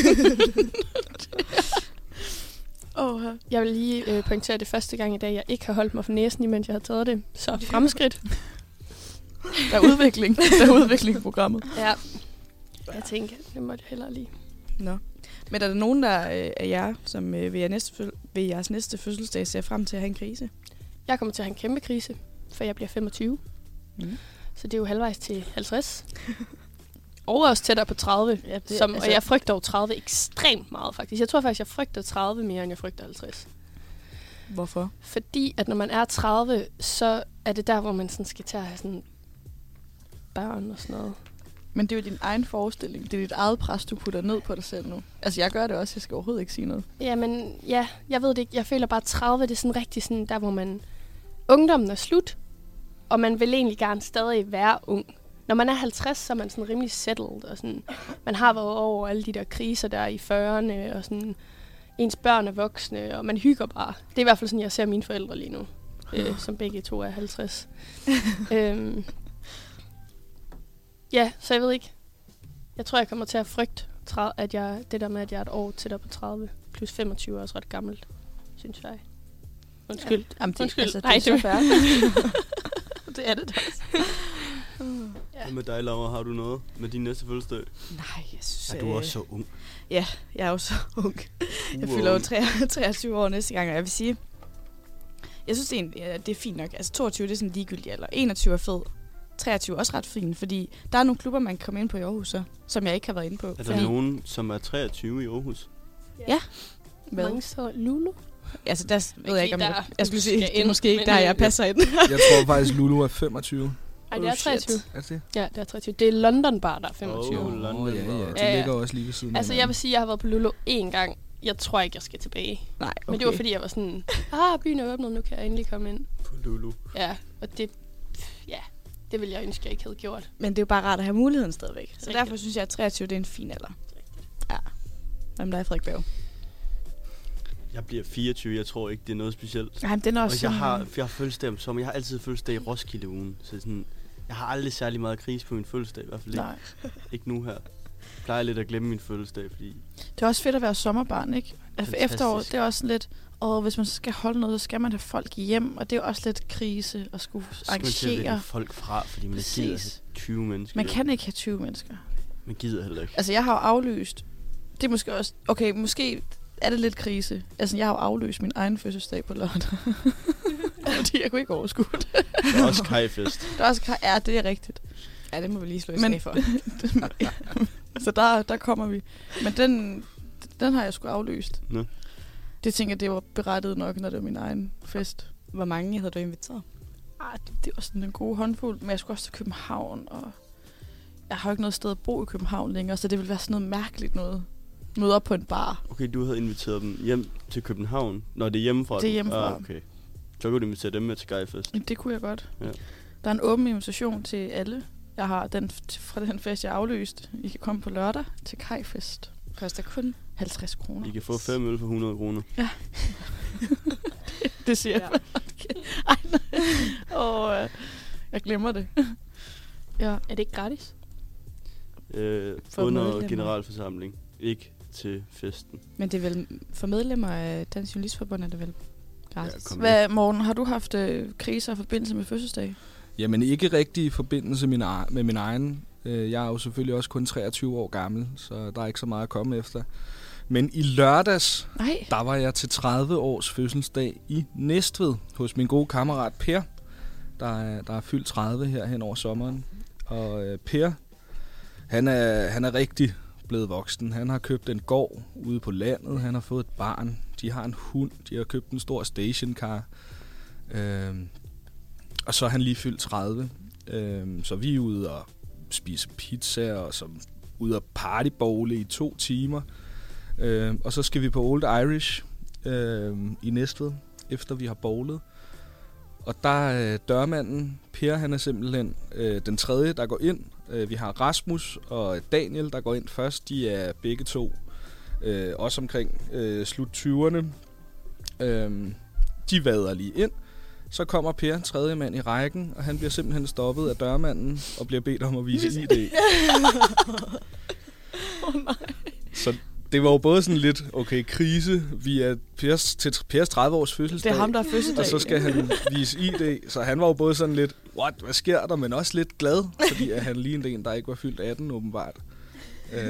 Oh, ja. Jeg vil lige øh, pointere det første gang i dag, jeg ikke har holdt mig for næsen, imens jeg har taget det. Så fremskridt. Der er udvikling. Der er udvikling i programmet. Ja. Jeg tænker, det måtte jeg hellere lige. Nå. Men er der nogen der øh, af jer, som øh, ved, jer næste fø- ved jeres næste fødselsdag ser frem til at have en krise? Jeg kommer til at have en kæmpe krise, for jeg bliver femogtyve. Mm. Så det er jo halvvejs til halvtreds. Og også tættere på tredive. Ja, det, Som, altså, og jeg frygter jo tredive ekstremt meget, faktisk. Jeg tror faktisk, jeg frygter tredive mere, end jeg frygter halvtreds. Hvorfor? Fordi at når man er tredive, så er det der, hvor man sådan skal til at have sådan børn og sådan noget. Men det er jo din egen forestilling. Det er dit eget pres, du putter ned på dig selv nu. Altså, jeg gør det også. Jeg skal overhovedet ikke sige noget. Jamen, ja, jeg ved det ikke. Jeg føler bare, at tredive, det er sådan rigtig sådan der, hvor man... Ungdommen er slut, og man vil egentlig gerne stadig være ung. Når man er halvtreds, så er man sådan rimelig settled, og sådan... Man har været over alle de der kriser der i fyrrerne, og sådan... Ens børn er voksne, og man hygger bare. Det er i hvert fald sådan, jeg ser mine forældre lige nu, øh, som begge to er halvtreds. øhm, ja, så jeg ved ikke. Jeg tror, jeg kommer til at frygte, tre- at jeg, det der med, at jeg er et år tættere på tredive, plus femogtyve er også ret gammelt, synes jeg. Undskyld. Jamen, det, Undskyld. altså, det Nej, er så det- fair. Det er det da også. Hvad med dig, Laura? Har du noget med din næste fødselsdag? Nej, jeg synes... Er du også så ung? Ja, jeg er jo så ung. Jeg Uh, fylder jo ung. treogtyve år næste gang, og jeg vil sige... Jeg synes egentlig, ja, det er fint nok. Altså toogtyve, det er sådan ligegyldigt alder. enogtyve er fed. treogtyve er også ret fint, fordi der er nogle klubber, man kan komme ind på i Aarhus, så, som jeg ikke har været inde på. Er der Fordi- nogen, som er treogtyve i Aarhus? Ja. Hvad? Mange så Lulu? Altså, der ved jeg ikke, om der, jeg... Jeg skulle du sige, skal det er ind, måske ikke men, der, øh, jeg passer ind. Jeg tror faktisk, Lulu er femogtyve. Ej, det er Oh, shit. treogtyve. Er det? Ja, det er treogtyve. Det er London Bar, der er femogtyve. Åh, Åh, London ja, ja. Bar. De Ja, ja. ligger også lige ved siden Altså, af jeg vil hinanden. sige, at jeg har været på Lulu én gang. Jeg tror ikke, jeg skal tilbage. Nej, okay. Men det var, fordi jeg var sådan, ah, byen er åbnet, nu kan jeg endelig komme ind. På Lulu. Ja, og det, ja, det ville jeg ønske, jeg ikke havde gjort. Men det er jo bare rart at have muligheden stadigvæk. Så Rigtigt. derfor synes jeg, at treogtyve det er en fin alder. Ja. Hvad med dig, Frederik Berg? Jeg bliver fireogtyve, jeg tror ikke, det er noget specielt. Nej, men den er også Og jeg har, jeg har fødselsdag om sommer. Jeg har altid fødselsdag i Roskilde-ugen. Så sådan, jeg har aldrig særlig meget krise på min fødselsdag. I hvert fald ikke, Nej. ikke nu her. Jeg plejer lidt at glemme min fødselsdag, fordi... Det er også fedt at være sommerbarn, ikke? Altså Fantastisk. efterår, det er også sådan lidt... Og hvis man skal holde noget, så skal man have folk hjem. Og det er jo også lidt krise at skulle Så skal man til at arrangere. vælge folk fra, fordi man ikke gider Præcis. have tyve mennesker. Man hjem. kan ikke have tyve mennesker. Man gider heller ikke. Altså, jeg har jo aflyst... Det er måske også... Okay, måske er det lidt krise. Altså, jeg har jo aflyst min egen fødselsdag på lørdag. Fordi jeg kunne ikke overskue det. Der er også kajfest. Der er også... Ja, det er rigtigt. Ja, det må vi lige slå i Men- slag for. Så der, der kommer vi. Men den, den har jeg sgu aflyst. Nå. Det tænker jeg, det var berettet nok, når det var min egen fest. Hvor mange havde du inviteret? Ah, det, det var sådan en god håndfuld, men jeg skulle også til København, og jeg har jo ikke noget sted at bo i København længere, så det ville være sådan noget mærkeligt noget. Møde op på en bar. Okay, du havde inviteret dem hjem til København. Når det er hjemmefra. Det er hjemmefra. Ah, okay. Så kunne du invitere dem med til Gejfest. Det kunne jeg godt. Ja. Der er en åben invitation til alle. Jeg har den fra den fest, jeg aflyst. I kan komme på lørdag til Kajfest. Koster kun. halvtreds kroner. I kan få fem øl for hundrede kroner. Det siger jeg. Ej, nej. Og øh, jeg glemmer det. Ja. Er det ikke gratis? Øh, For under medlemmer. generalforsamling. Ikke til festen. Men det er vel for medlemmer af Dansk Journalistforbund, er det vel gratis? Ja, kom. Hvad, Morten, har du haft øh, kriser i forbindelse med fødselsdag? Jamen ikke rigtig i forbindelse med min, ej- med min egen. Øh, Jeg er jo selvfølgelig også kun treogtyve år gammel, så der er ikke så meget at komme efter. Men i lørdags, Nej. der var jeg til tredive års fødselsdag i Næstved hos min gode kammerat Per, der er, der er fyldt tredive her hen over sommeren. Og øh, Per, han er, han er rigtig blevet voksen. Han har købt en gård ude på landet, han har fået et barn, de har en hund, de har købt en stor stationcar. Øh, og så er han lige fyldt tredive. Øh, så vi er ude og spise pizza, og så ude og partybowle i to timer. Øh, og så skal vi på Old Irish øh, i Næstved, efter vi har bowlet. Og der er øh, dørmanden, Per, han er simpelthen øh, den tredje, der går ind. Øh, vi har Rasmus og Daniel, der går ind først. De er begge to øh, også omkring øh, slut tyverne. Øh, de vader lige ind. Så kommer Per, tredje mand i rækken, og han bliver simpelthen stoppet af dørmanden og bliver bedt om at vise I D. Åh oh, nej. Så det var jo både sådan lidt, okay, krise, vi er Pers, til Pers tredive års fødselsdag, Det er ham, der er fødselsdag. og så skal han vise I D, så han var jo både sådan lidt, what, hvad sker der, men også lidt glad, fordi at han lignede en, der ikke var fyldt atten, åbenbart. Øh,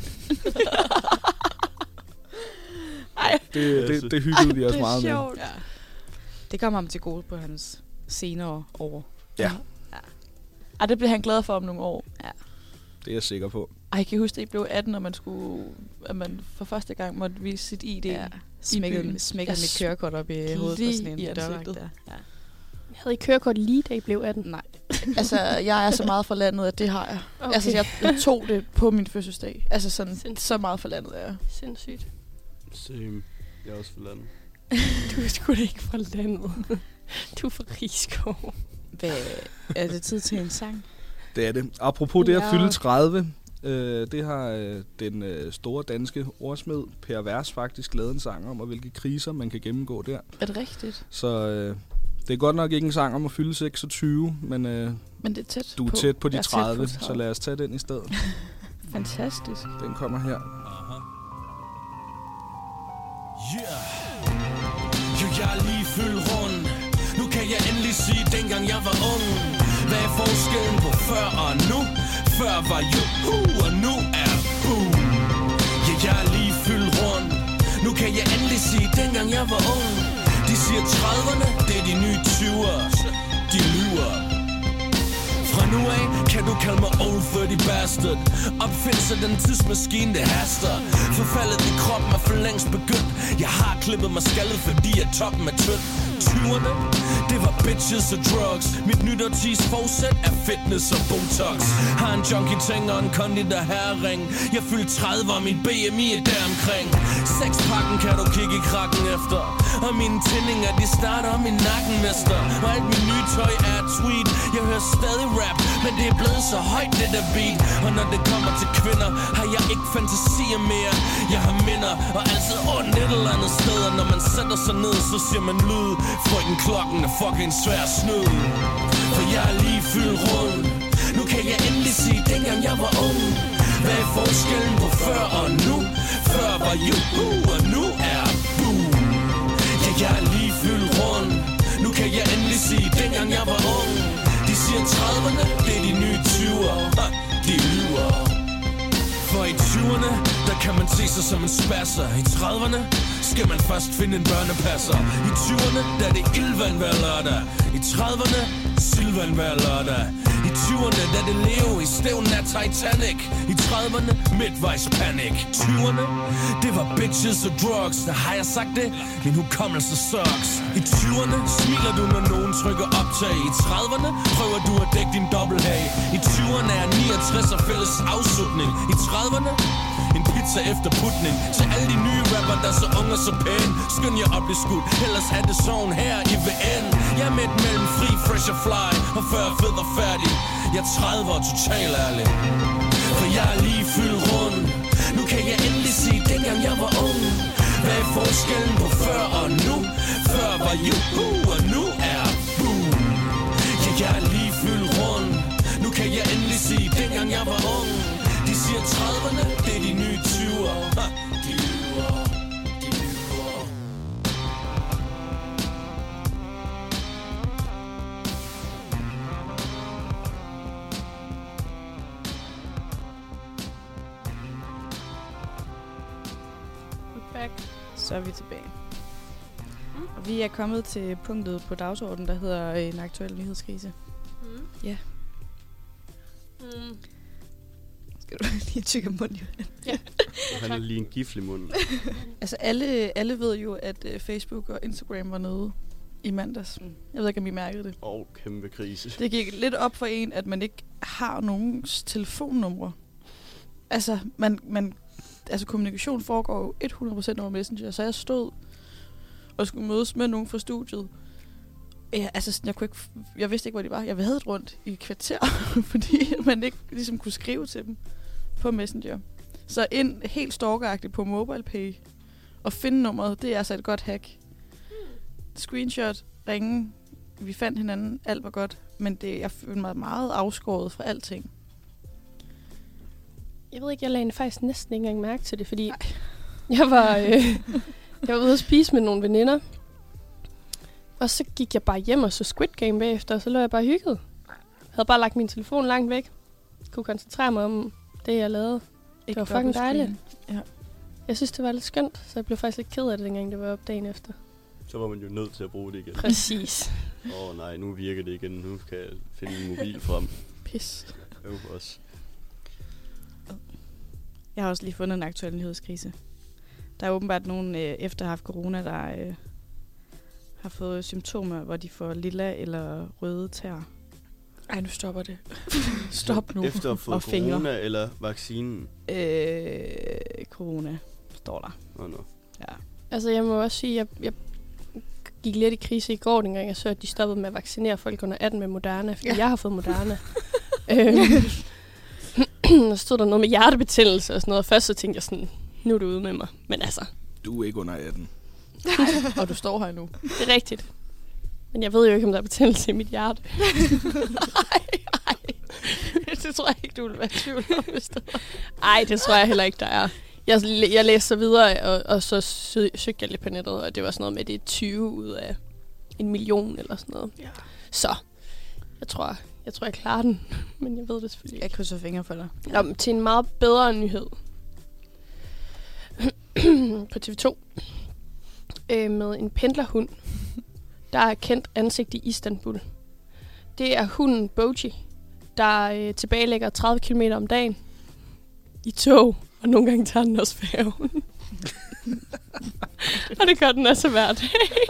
Ej, det, det, det hyggede vi os det er meget med. sjovt. Ja. Det kommer ham til gode på hans senere år. Ja, Ej, det bliver han glad for om nogle år. det er jeg sikker på. Ej, jeg kan huske, at I blev atten, og man skulle, at man for første gang måtte vise sit I D. Ja. byen. Smækkede, smækkede Jeg mit kørekort op i hovedet lige på sådan en i dørvagt ansigtet. der. Ja. Havde I kørekort lige, da I blev atten? Nej. Altså, jeg er så meget for landet, at det har jeg. Okay. Altså, jeg, jeg tog det på min fødselsdag. Altså, sådan, Sindssygt. så meget for landet er jeg. Sindssygt. Same. Jeg er også for landet. Du er sgu da ikke fra landet. Du er fra Rigskov. Hvad, er det tid til en sang? Det er det. Apropos det at Ja. fylde tredive, øh, det har øh, den øh, store danske ordsmed Per Vers faktisk lavet en sang om, og hvilke kriser man kan gennemgå der. Er det rigtigt? Så øh, det er godt nok ikke en sang om at fylde seksogtyve, men øh, Men det er tæt du er på. tæt på de Jeg er tæt på tredive, tredive. så lad os tage den i stedet. Fantastisk. Den kommer her. Yeah. Jo, jeg er lige fyldt rund. Nu kan jeg endelig sige, dengang jeg var ung. Hvad er forskellen på før og nu? Før var juhu, og nu er boom. Ja, jeg er lige fyldt rundt. Nu kan jeg endelig sige, dengang jeg var ung. De siger trediverne, det er de nye tyver. De lyver. Fra nu af kan du kalde mig old thirty bastard. Opfindelse den tidsmaskine, det haster. Forfaldet i kroppen er for længst begyndt. Jeg har klippet mig skaldet, fordi at toppen er tynd. tyverne, det var bitches og drugs. Mit nytårtis forsæt er fitness og botox. Har en junkie ting og en kondi der herring. Jeg fyldte tredive og mit B M I er deromkring. Sexpakken kan du kigge i krakken efter. Og mine tændinger, de starter om i nakken, mester. Og alt mit nye tøj er tweet. Jeg hører stadig rap, men det er blevet så højt, det der beat. Og når det kommer til kvinder, har jeg ikke fantasier mere. Jeg har minder, og altid ondt et eller andet sted. Og når man sætter sig ned, så siger man lyd. Frøken klokken er fucking svær at snyde. For jeg er lige fyldt rundt. Nu kan jeg endelig sige, dengang jeg var ung. Hvad er forskellen på før og nu? Før var juhu, og nu er boom. Ja, jeg er lige fyldt rundt. Nu kan jeg endelig sige, dengang jeg var ung. De siger trediverne, det er de nye tyver. De lyver. For i tyverne, der kan man se sig som en spasser. I trediverne skal man først finde en børnepasser. I tyverne, der er det ildvand hver lørdag. I trediverne, sildvand hver lørdag. I tyverne, der er det Leo i stævnen af Titanic. I trediverne, midtvejs panik. tyverne, det var bitches og drugs. Der har jeg sagt det, min hukommelse sucks. I tyverne, smiler du, når nogen trykker optag. I trediverne, prøver du at dække din dobbelthage. I tyverne er niogtres og fælles afslutning. I trediverne, en pizza efter putning. Til alle de nye rapper, der er så unge og så pæne. Skynd jer op i skud, ellers have det sådan her i V N. Jeg er midt mellem fri, fresh og fly, og før fed og færdig. Jeg er tredive og total ærlig. For jeg er lige fyldt rundt. Nu kan jeg endelig sige, dengang jeg var ung. Hvad er forskellen på før og nu? Før var juhu, og nu er boom. Ja, jeg er lige fyldt rundt. Nu kan jeg endelig sige, dengang jeg var ung. De siger trediverne, det er de nye tyver. De lyver, de lyver. Back. Så er vi tilbage. Og vi er kommet til punktet på dagsordenen, der hedder en aktuel nyhedskrise. Mm. Ja. Mm. Skal du lige tykke munden? Ja. Han er lige en gifle i munden. Altså alle, alle ved jo, at uh, Facebook og Instagram var nede i mandags. Mm. Jeg ved ikke, om I mærkede det. Åh, oh, kæmpe krise. Det gik lidt op for en, at man ikke har nogens telefonnumre. Altså, man, man, altså kommunikation foregår jo hundrede procent over Messenger, så jeg stod og skulle mødes med nogen fra studiet. Ja, altså, jeg, kunne ikke, jeg vidste ikke, hvor de var. Jeg havde rundt i et kvarter, fordi man ikke ligesom kunne skrive til dem på Messenger. Så ind helt stalkeragtigt på MobilePay og finde nummeret, det er altså et godt hack. Screenshot, ringe, vi fandt hinanden, alt var godt, men det, jeg følte mig meget afskåret fra alting. Jeg ved ikke, jeg lagde faktisk næsten ikke engang mærke til det, fordi Ej. jeg var, øh, jeg var ude at spise med nogle veninder. Og så gik jeg bare hjem og så Squid Game bagefter, og så lå jeg bare hygget. Jeg havde bare lagt min telefon langt væk. Kunne koncentrere mig om det, jeg lavede. Det var fucking dejligt. Ja. Jeg synes, det var lidt skønt, så jeg blev faktisk lidt ked af det, dengang det var op dagen efter. Så var man jo nødt til at bruge det igen. Præcis. Åh oh, nej, nu virker det igen. Nu kan jeg finde min mobil frem. Pis. Øv også. Jeg har også lige fundet en aktuel nyhedskrise. Der er åbenbart nogen, øh, efter at have haft corona, der øh, har fået symptomer, hvor de får lilla eller røde tær. Ej, nu stopper det. Stop nu. Efter at have fået corona fingre. eller vaccinen? Øh, corona, står der. Nå, nå. Ja. Altså, jeg må også sige, at jeg, jeg gik lidt i krise i går, dengang jeg så, at de stoppede med at vaccinere folk under atten med Moderna, fordi ja. jeg har fået Moderna. øhm, og så stod der noget med hjertebetændelse og sådan noget, og først så tænkte jeg sådan, nu er du ude med mig. Men altså... Du er ikke under atten. Og du står her nu. Det er rigtigt. Men jeg ved jo ikke, om der er betændelse i mit hjerte. Nej, nej. Det tror jeg ikke, du vil være i tvivl om, hvis det var. Ej, det tror jeg heller ikke, der er. Jeg, jeg læste så videre, og, og så sø, søgte jeg lidt på nettet, og det var sådan noget med, at det er tyve ud af en million eller sådan noget. Ja. Så jeg tror, Jeg tror, jeg klarer den, men jeg ved det selvfølgelig Jeg ikke. krydser fingre for dig. Nå, men til en meget bedre nyhed. På T V to. Øh, med en pendlerhund, der er kendt ansigt i Istanbul. Det er hunden Boji, der øh, tilbagelægger tredive kilometer om dagen i tog, og nogle gange tager den også færgen. Og det gør den altså hver dag.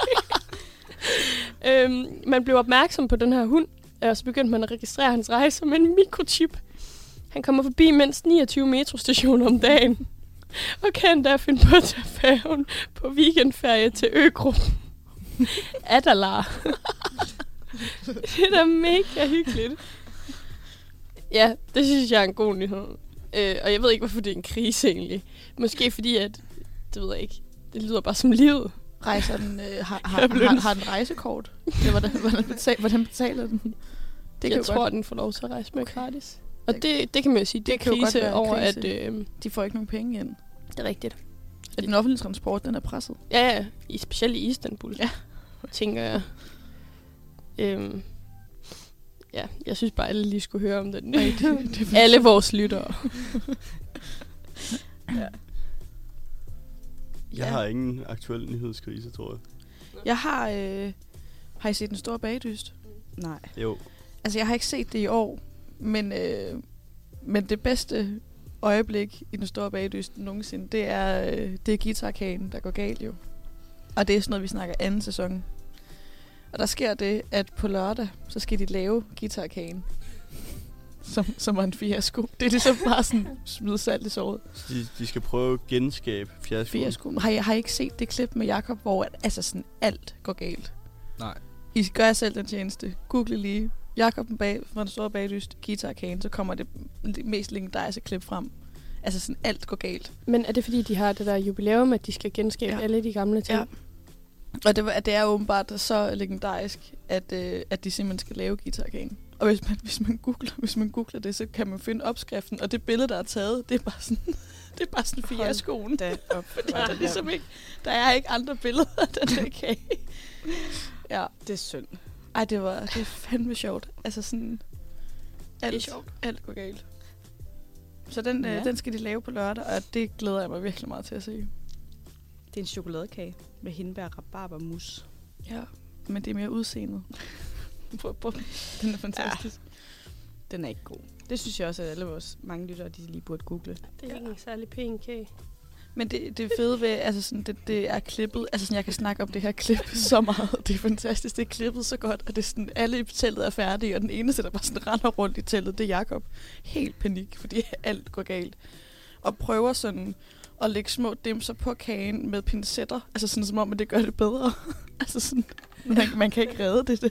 øhm, man blev opmærksom på den her hund, og så begyndte man at registrere hans rejse med en mikrochip. Han kommer forbi mindst niogtyve metrostationer om dagen, og kan da finde på at tage færgen på weekendferie til øgruppen Adalar. Det er da mega hyggeligt. Ja, det synes jeg er en god nyhed. Øh, og jeg ved ikke, hvorfor det er en krise egentlig. Måske fordi, at, det ved jeg ikke, det lyder bare som livet. Rejser den, øh, har, har, har, har den rejsekort? Det, hvordan, hvordan, betaler, hvordan betaler den? Det Jeg kan tror, godt, at den får lov til at rejse med gratis. Og det, det kan man jo sige, det, Det det kan er jo godt krise være en over, krise. at øh, de får ikke nogen penge ind. det er rigtigt. At den offentlige transport, den er presset. Ja, ja, i, specielt i Istanbul, Ja. tænker jeg. Øhm, ja, jeg synes bare, alle lige skulle høre om den. Nej, det, det er Alle vores lyttere. Ja. Jeg har ingen aktuel nyhedskrise, tror jeg. Jeg har... Øh, har I set Den Store Bagdyst? Nej. Jo. Altså, jeg har ikke set det i år, men, øh, men det bedste øjeblik i Den Store Bagdyst nogensinde, det er, øh, det er guitarkagen, der går galt jo. Og det er sådan noget, vi snakker anden sæson. Og der sker det, at på lørdag, så skal de lave guitarkagen, som, som er en fiasko. Det er ligesom bare sådan smide salt i såret. De, de skal prøve at genskabe fiaskoen. Fiasko. Har I, har I ikke set det klip med Jakob, hvor at, altså sådan alt går galt? Nej. I gør jer selv den tjeneste. Google lige Jakob bag, fra Den Store Bagdyst, guitarkagen, så kommer det mest legendariske klip frem. Altså sådan alt går galt. Men er det fordi, de har det der jubilæum, at de skal genskabe Ja. ja. alle de gamle ting? Ja. Og det, var- det er åbenbart så legendarisk, at, øh, at de simpelthen skal lave guitarkagen. Og hvis man, hvis, man googler, hvis man googler det, så kan man finde opskriften. Og det billede, der er taget, det er bare sådan, det er bare sådan fiaskoen. Da op. Fordi der er ligesom ikke, der er ikke andre billeder af den her kage. Ja. Det er synd. Ej, det var det er fandme sjovt. Altså sådan, alt, Det er sjovt. alt går galt. Så den, ja. Ja. øh, den skal de lave på lørdag, og det glæder jeg mig virkelig meget til at se. Det er en chokoladekage med hindbær, rabarber, mus. Ja, men det er mere udseendet. Prøv, prøv. Den er fantastisk. Den er ikke god. Det synes jeg også, at alle vores mange lyttere, de lige burde google. Det er ikke en særlig pæn kage. Men det, det fede ved, altså sådan, det, det er klippet, altså sådan, jeg kan snakke om det her klip så meget. Det er fantastisk, det er klippet så godt, og det er sådan, alle i teltet er færdige, og den eneste, der bare sådan render rundt i teltet, det er Jakob. Helt panik, fordi alt går galt. Og prøver sådan at lægge små dimser på kagen med pincetter, altså sådan som om, at det gør det bedre. altså sådan, man, man kan ikke redde det der.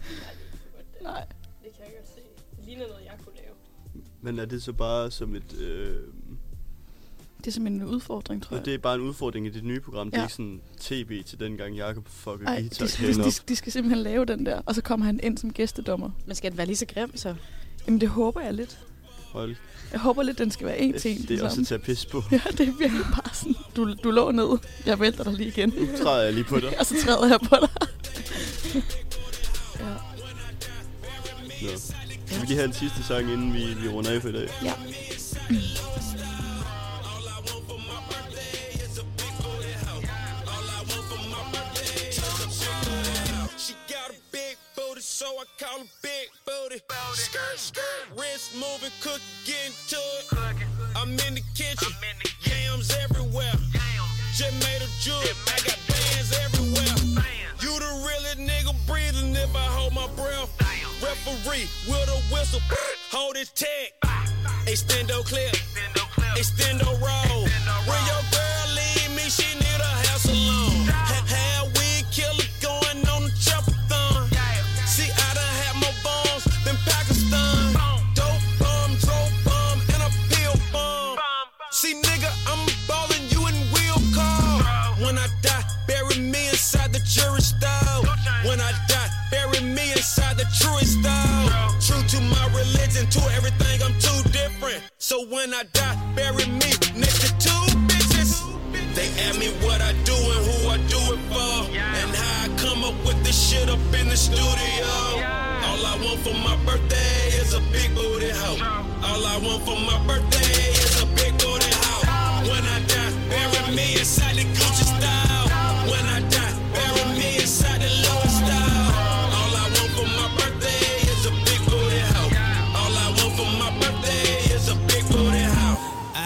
Nej. Det kan jeg godt se. Det ligner noget, jeg kunne lave. Men er det så bare som et... Øh, Det er simpelthen en udfordring, tror og jeg. det er bare en udfordring i det nye program. Det er Ja. ikke sådan tv til dengang Jakob fucker Ej, de, guitarkagen de, op. de, de skal simpelthen lave den der, og så kommer han ind som gæstedommer. Men skal den være lige så grim, så? Jamen, det håber jeg lidt. Hold. Jeg håber lidt, den skal være en til en. Det, det er også at tage pis på. Ja, det er virkelig bare sådan, du, du lå ned, jeg vælter dig lige igen. Nu træder jeg lige på dig. Og så træder jeg på dig. ja. Nå. Skal vi lige have en sidste sang, inden vi, vi runder af for i dag? Ja. She got a big booty, so I call her big booty. Skirt, skirt, wrist moving, cooking, getting to it. I'm in the kitchen, yams everywhere. Just made a jewel, I got bands everywhere. You the realest nigga breathing if I hold my breath. Referee with a whistle, hold his tag. Extendo clip, extendo roll. When your girl leave me, she need a hair salon. Hair wig killer going on the triple-thon. See, I done had more bombs than Pakistan. Dope bomb, dope bomb, and a pill bomb. See, nigga, I'm ballin' you in wheel car. When I die, bury me inside the jury style. When I die, bury me inside the truest style. True to my religion, to everything, I'm too different. So when I die, bury me next to two bitches. They ask me what I do and who I do it for, and how I come up with this shit up in the studio. All All I want for my birthday is a big booty hoe. All I want for my birthday is a big booty hoe. When I die, bury me inside the Gucci style. When I die, bury me inside the Louis style. All I want for my birthday is a big booty hoe. All I want for my birthday is a big booty hoe.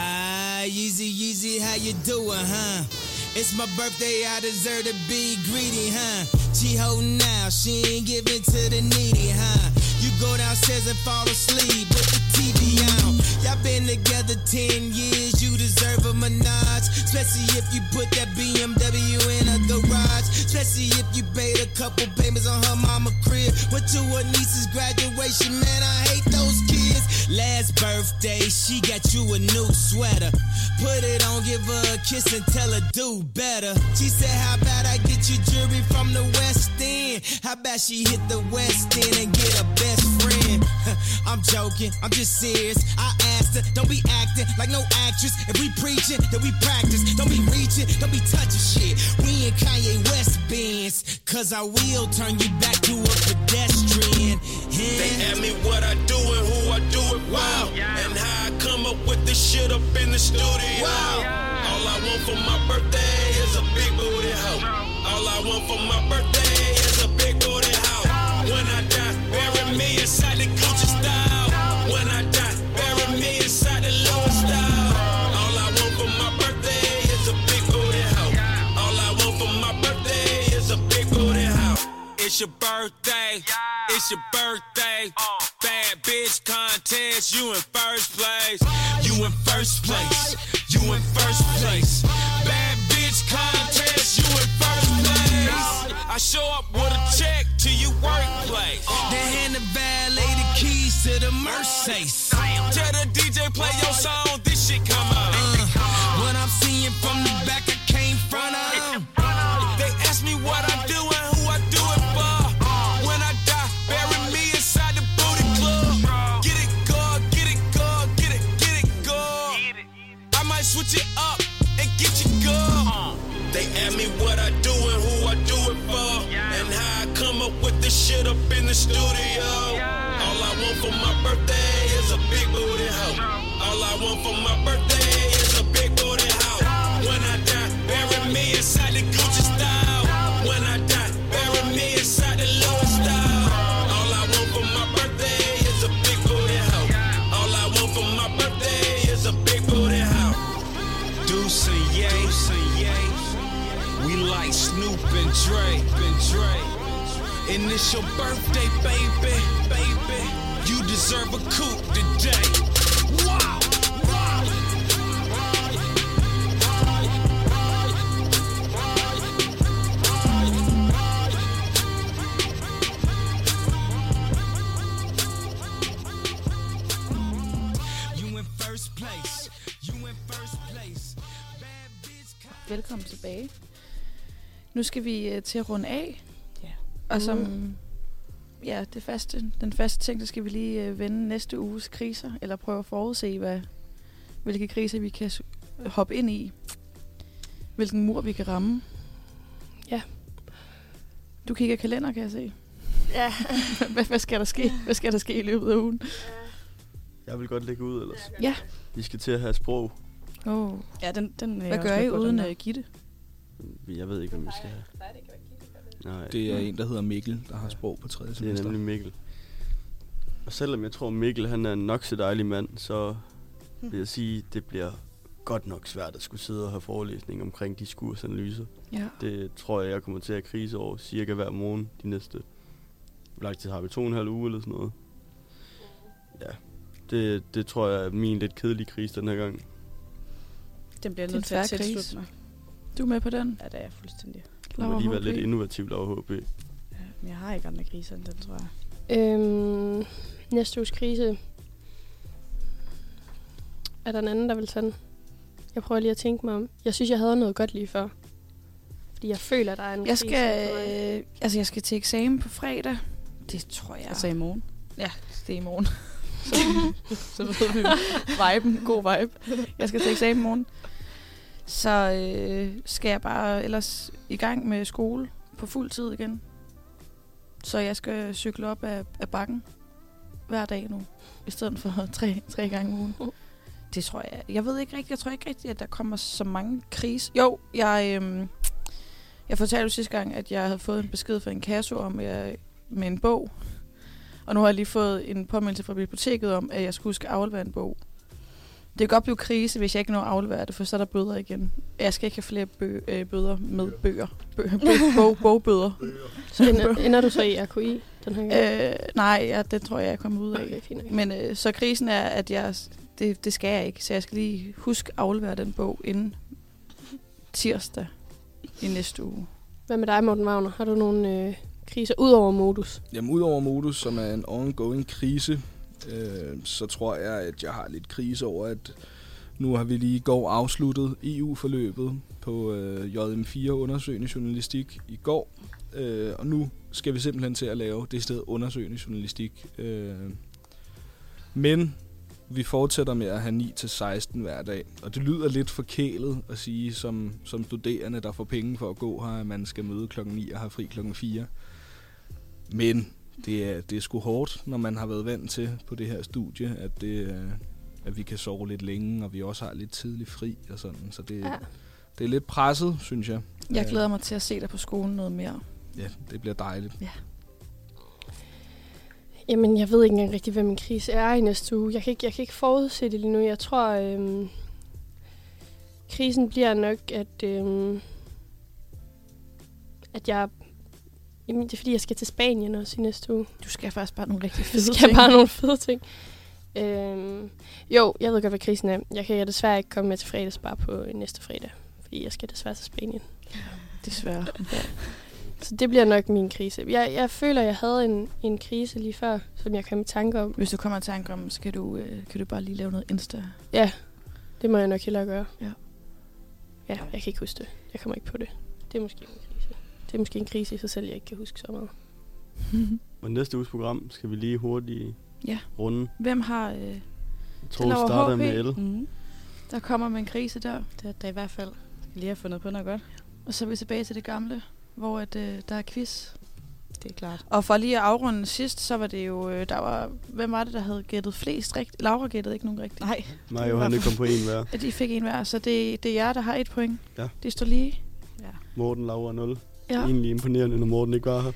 Ah, Yeezy, Yeezy, how you doing, huh? It's my birthday, I deserve to be greedy, huh? She holding now, she ain't giving to the needy, huh? You go downstairs and fall asleep with the T V on. Y'all been together ten years, you deserve a menage. Especially if you put that B M W in a garage. Especially if you paid a couple payments on her mama crib. Went to her niece's graduation, man, I hate those kids. Last birthday, she got you a new sweater. Put it on, give her a kiss and tell her do better. She said, how about I get you jewelry from the West End? How about she hit the West End and get a best friend? I'm joking, I'm just serious. I asked her, don't be acting like no actress. If we preaching, then we practice. Don't be reaching, don't be touching shit. We in Kanye West Benz, cause I will turn you back to a pedestrian. Yeah. They ask me what I do and who I do it for. Wow. And how I come up with this shit up in the studio. Wow. All I want for my birthday is a big booty hoe. All I want for my birthday is a big booty hoe. When I die, bury me inside the Gucci style. When I die, bury me inside the Louis style. All I want for my birthday is a big booty hoe. All I want for my birthday is a big booty hoe. It's your birthday. It's your birthday. Bad bitch contest. You in first place. You in first place. You in first place. Bad bitch contest. You in first place. I show up with a check to your workplace. Then hand the valet the keys to the Mercedes. Tell the D J play your song. This shit come out. Uh, what I'm seeing from the back, I came front of. They ask me what I do and who I do it for. When I die, bury me inside the booty club. Get it good, get it good, get it, get it good. I might switch it up and get you good. They ask me what I do and who I do it for. And how I come up with this shit up in the studio. All I want for my birthday is a big booty hoe. All I want for my birthday is a big booty hoe. When I die, bury me inside the Gucci style. When I die, bury me inside the Louis style. All I want for my birthday is a big booty hoe. All I want for my birthday is a big booty hoe. Deuce and Ye, Deuce and Ye. We like Snoop and Dre, and Dre. And it's your birthday, baby, baby. You deserve a coupe today. Wow, wow. You in first place. You in first place. Bad bitch. Velkommen tilbage. Nu skal vi uh, til at runde af. Ja. Og som ja, det faste, den faste ting, så skal vi lige uh, vende næste uges kriser, eller prøve at forudse, hvad, hvilke kriser vi kan hoppe ind i. Hvilken mur vi kan ramme. Ja. Du kigger kalender, kan jeg se. Ja. hvad, hvad skal der ske? Hvad skal der ske i løbet af ugen? Jeg vil godt lægge ud ellers. Ja. Vi skal til at have sprog. Oh. Ja, den, den Hvad gør I uden at Gitte? Jeg ved ikke, hvad vi skal have. Nej, Det er en, der hedder Mikkel, der har sprog på tredje det er semester. nemlig Mikkel. Og selvom jeg tror, Mikkel han er en nok så dejlig mand, så vil jeg sige, at det bliver godt nok svært at skulle sidde og have forelæsning omkring diskursanalyser. Ja. Det tror jeg, jeg kommer til at krise over cirka hver morgen de næste... Hvor lang tid har vi? To og en halv uge eller sådan noget? Ja, det, det tror jeg er min lidt kedelige krise den her gang. Den bliver Det er nødt til at en fair tilslutte krise. mig. Du er med på den? Ja, det er jeg fuldstændig. Det må lige være lidt innovativt over H P. Ja, men jeg har ikke andre kriser end den, tror jeg. Øhm, næste uges krise. Er der en anden, der vil tage den? Jeg prøver lige at tænke mig om. Jeg synes, jeg havde noget godt lige før. Fordi jeg føler, der er en Jeg krise skal, på mig. øh, altså jeg skal til eksamen på fredag. Det tror jeg. Altså i morgen. Ja, det er i morgen. så, så ved vi viben, god vibe. Jeg skal til eksamen i morgen. Så øh, skal jeg bare ellers i gang med skole på fuld tid igen. Så jeg skal cykle op af, af bakken hver dag nu, i stedet for tre, tre gange om ugen. Det tror jeg. Jeg ved ikke rigtigt. Jeg tror ikke rigtigt, at der kommer så mange kriser. Jo, jeg, øhm, jeg fortalte jo sidste gang, at jeg havde fået en besked fra en kasso om, jeg, med en bog. Og nu har jeg lige fået en påmeldelse fra biblioteket om, at jeg skulle huske at aflevere en bog. Det kan godt blive krise, hvis jeg ikke når at aflevere det, for så er der bøder igen. Jeg skal ikke have flere bø- øh, bøder med bøger. Bø- bø- bog- bogbøder. Så ender, ender du så i R K I den her gang? Øh, nej, ja, det tror jeg, jeg er kommet ud af. Okay, fint nok. Men øh, så krisen er, at jeg, det, det skal jeg ikke. Så jeg skal lige huske at aflevere den bog inden tirsdag i næste uge. Hvad med dig, Morten Wagner? Har du nogle øh, kriser ud over modus? Jamen, udover modus, som er en ongoing krise, øh, så tror jeg, at jeg har lidt krise over, at nu har vi lige i går afsluttet E U-forløbet på øh, J M fire undersøgende journalistik i går. Øh, og nu skal vi simpelthen til at lave det sted undersøgende journalistik. Øh, men vi fortsætter med at have ni til seksten hver dag. Og det lyder lidt forkælet at sige som, som studerende, der får penge for at gå her, at man skal møde klokken ni og have fri klokken fire. Men det er, det er sgu hårdt, når man har været vant til på det her studie, at, det, at vi kan sove lidt længe, og vi også har lidt tidlig fri og sådan. Så det, Ja. det er lidt presset, synes jeg. Jeg glæder mig til at se dig på skolen noget mere. Ja, det bliver dejligt. Ja. Jamen, jeg ved ikke engang rigtig, hvad min krise er i næste uge. Jeg kan ikke, jeg kan ikke forudse det lige nu. Jeg tror, øhm, krisen bliver nok, at, øhm, at jeg... Jamen, det er fordi, jeg skal til Spanien også i næste uge. Du skal faktisk bare nogle rigtig Jeg fede skal ting. bare nogle fede ting. Øhm, jo, jeg ved godt, hvad krisen er. Jeg kan jeg desværre ikke komme med til fredagsbar på næste fredag, fordi jeg skal desværre til Spanien. Desværre. Ja. Så det bliver nok min krise. Jeg, jeg føler, jeg havde en, en krise lige før, som jeg kom i tanke om. Hvis du kommer i tanke om, så kan du, øh, kan du bare lige lave noget Insta. Ja, det må jeg nok hellere gøre. Ja. Ja, jeg kan ikke huske det. Jeg kommer ikke på det. Det er måske en krise. Det er måske en krise i sig selv, jeg ikke kan huske så meget. Og næste uges program skal vi lige hurtigt Ja. runde. Hvem har... Øh, Jeg tror, vi laver starter H P. med El. Mm. der kommer med en krise der. Det er da i hvert fald. Skal lige have fundet på noget godt. Og så er vi tilbage til det gamle, hvor at, øh, der er quiz. Det er klart. Og for lige at afrunde sidst, så var det jo... Øh, der var, hvem var det, der havde gættet flest rigtigt? Laura gættede ikke nogen rigtigt. Nej. Mig og Johanne kom på en hver. Ja, de fik en hver, så det, det er jer, der har et point. Ja. Det står lige. Morten, Laura nul. Ja. Egentlig imponerende, når Morten ikke var her.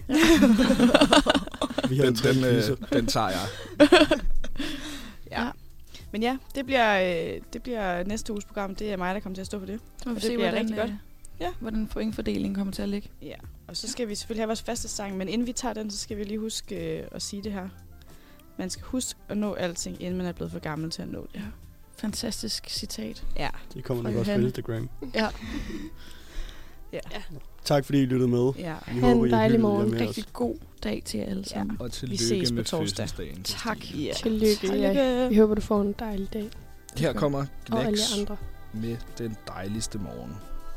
Vi har Den, tre den, quizzer. øh, den tager jeg. Ja. Men ja, det bliver, øh, det bliver næste uges program. Det er mig, der kommer til at stå for det. Så må vi Og se, det bliver hvordan, rigtig godt. øh, Ja. hvordan pointfordelingen kommer til at ligge. Ja, og så skal vi selvfølgelig have vores faste sang, men inden vi tager den, så skal vi lige huske øh, at sige det her. Man skal huske at nå alting, inden man er blevet for gammel til at nå det. Ja. Fantastisk citat. Ja. Det kommer Fra nok også på Johanne. Instagram. Ja. Ja. Tak fordi I lyttede med. Ja. Vi Ha' en håber, I dejlig hyggede jer morgen. med os. Rigtig god dag til jer alle sammen. Og tillykke ses på med torsdag. fødselsdagen. Tak. Ja. Tillykke. Ja. Vi håber, du får en dejlig dag. Her kommer Og alle Glex andre. med den dejligste morgen.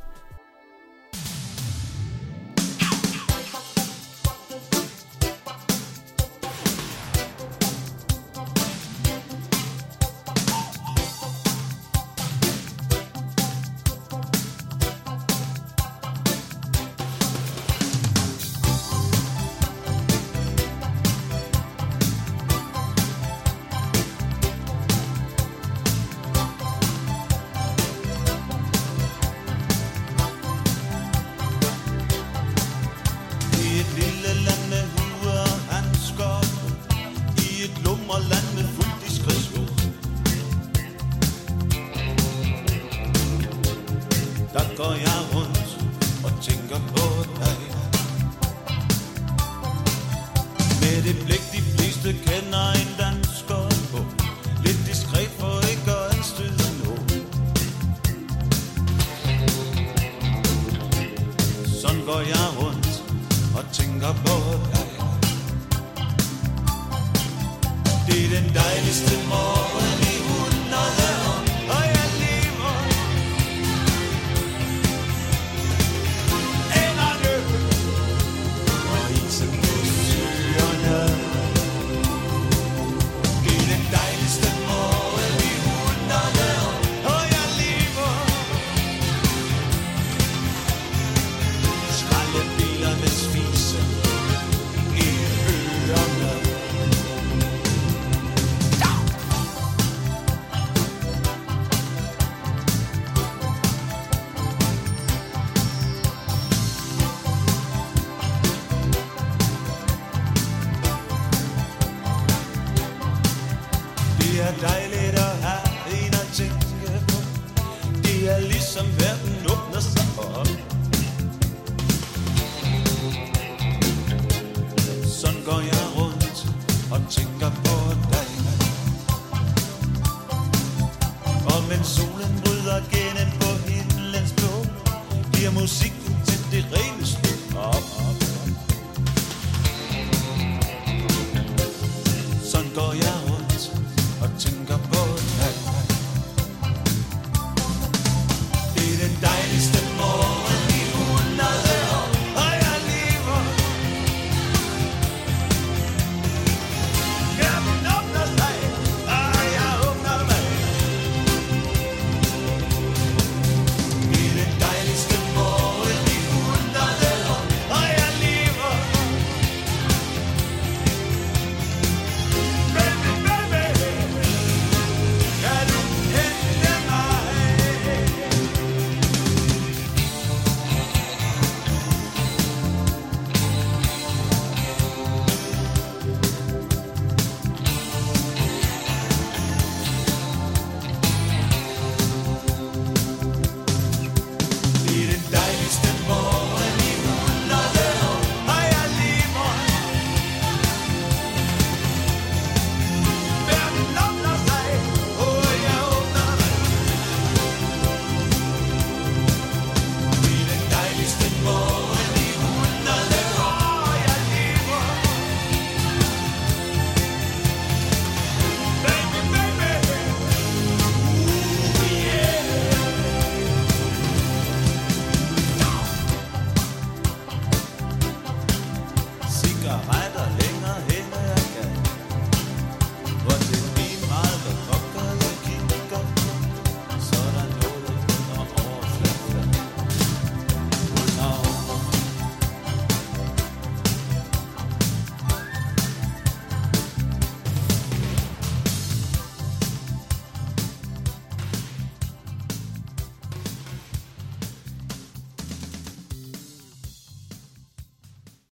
I et lille land med huer og handsker, i et lummerland med fuldt diskretion. Der går jeg rundt og tænker på dig. Med det blik de fleste kender en dansker på, lidt diskret for ikke at anstøde nogen. Sådan går jeg rundt og tænker på dig. Det er den dejligste morgen i hundrede år, og jeg lever enderne og isen på søerne. Det er den dejligste morgen i hundrede år, og jeg lever skraldebilernes fise i giver musikken til det reneste op.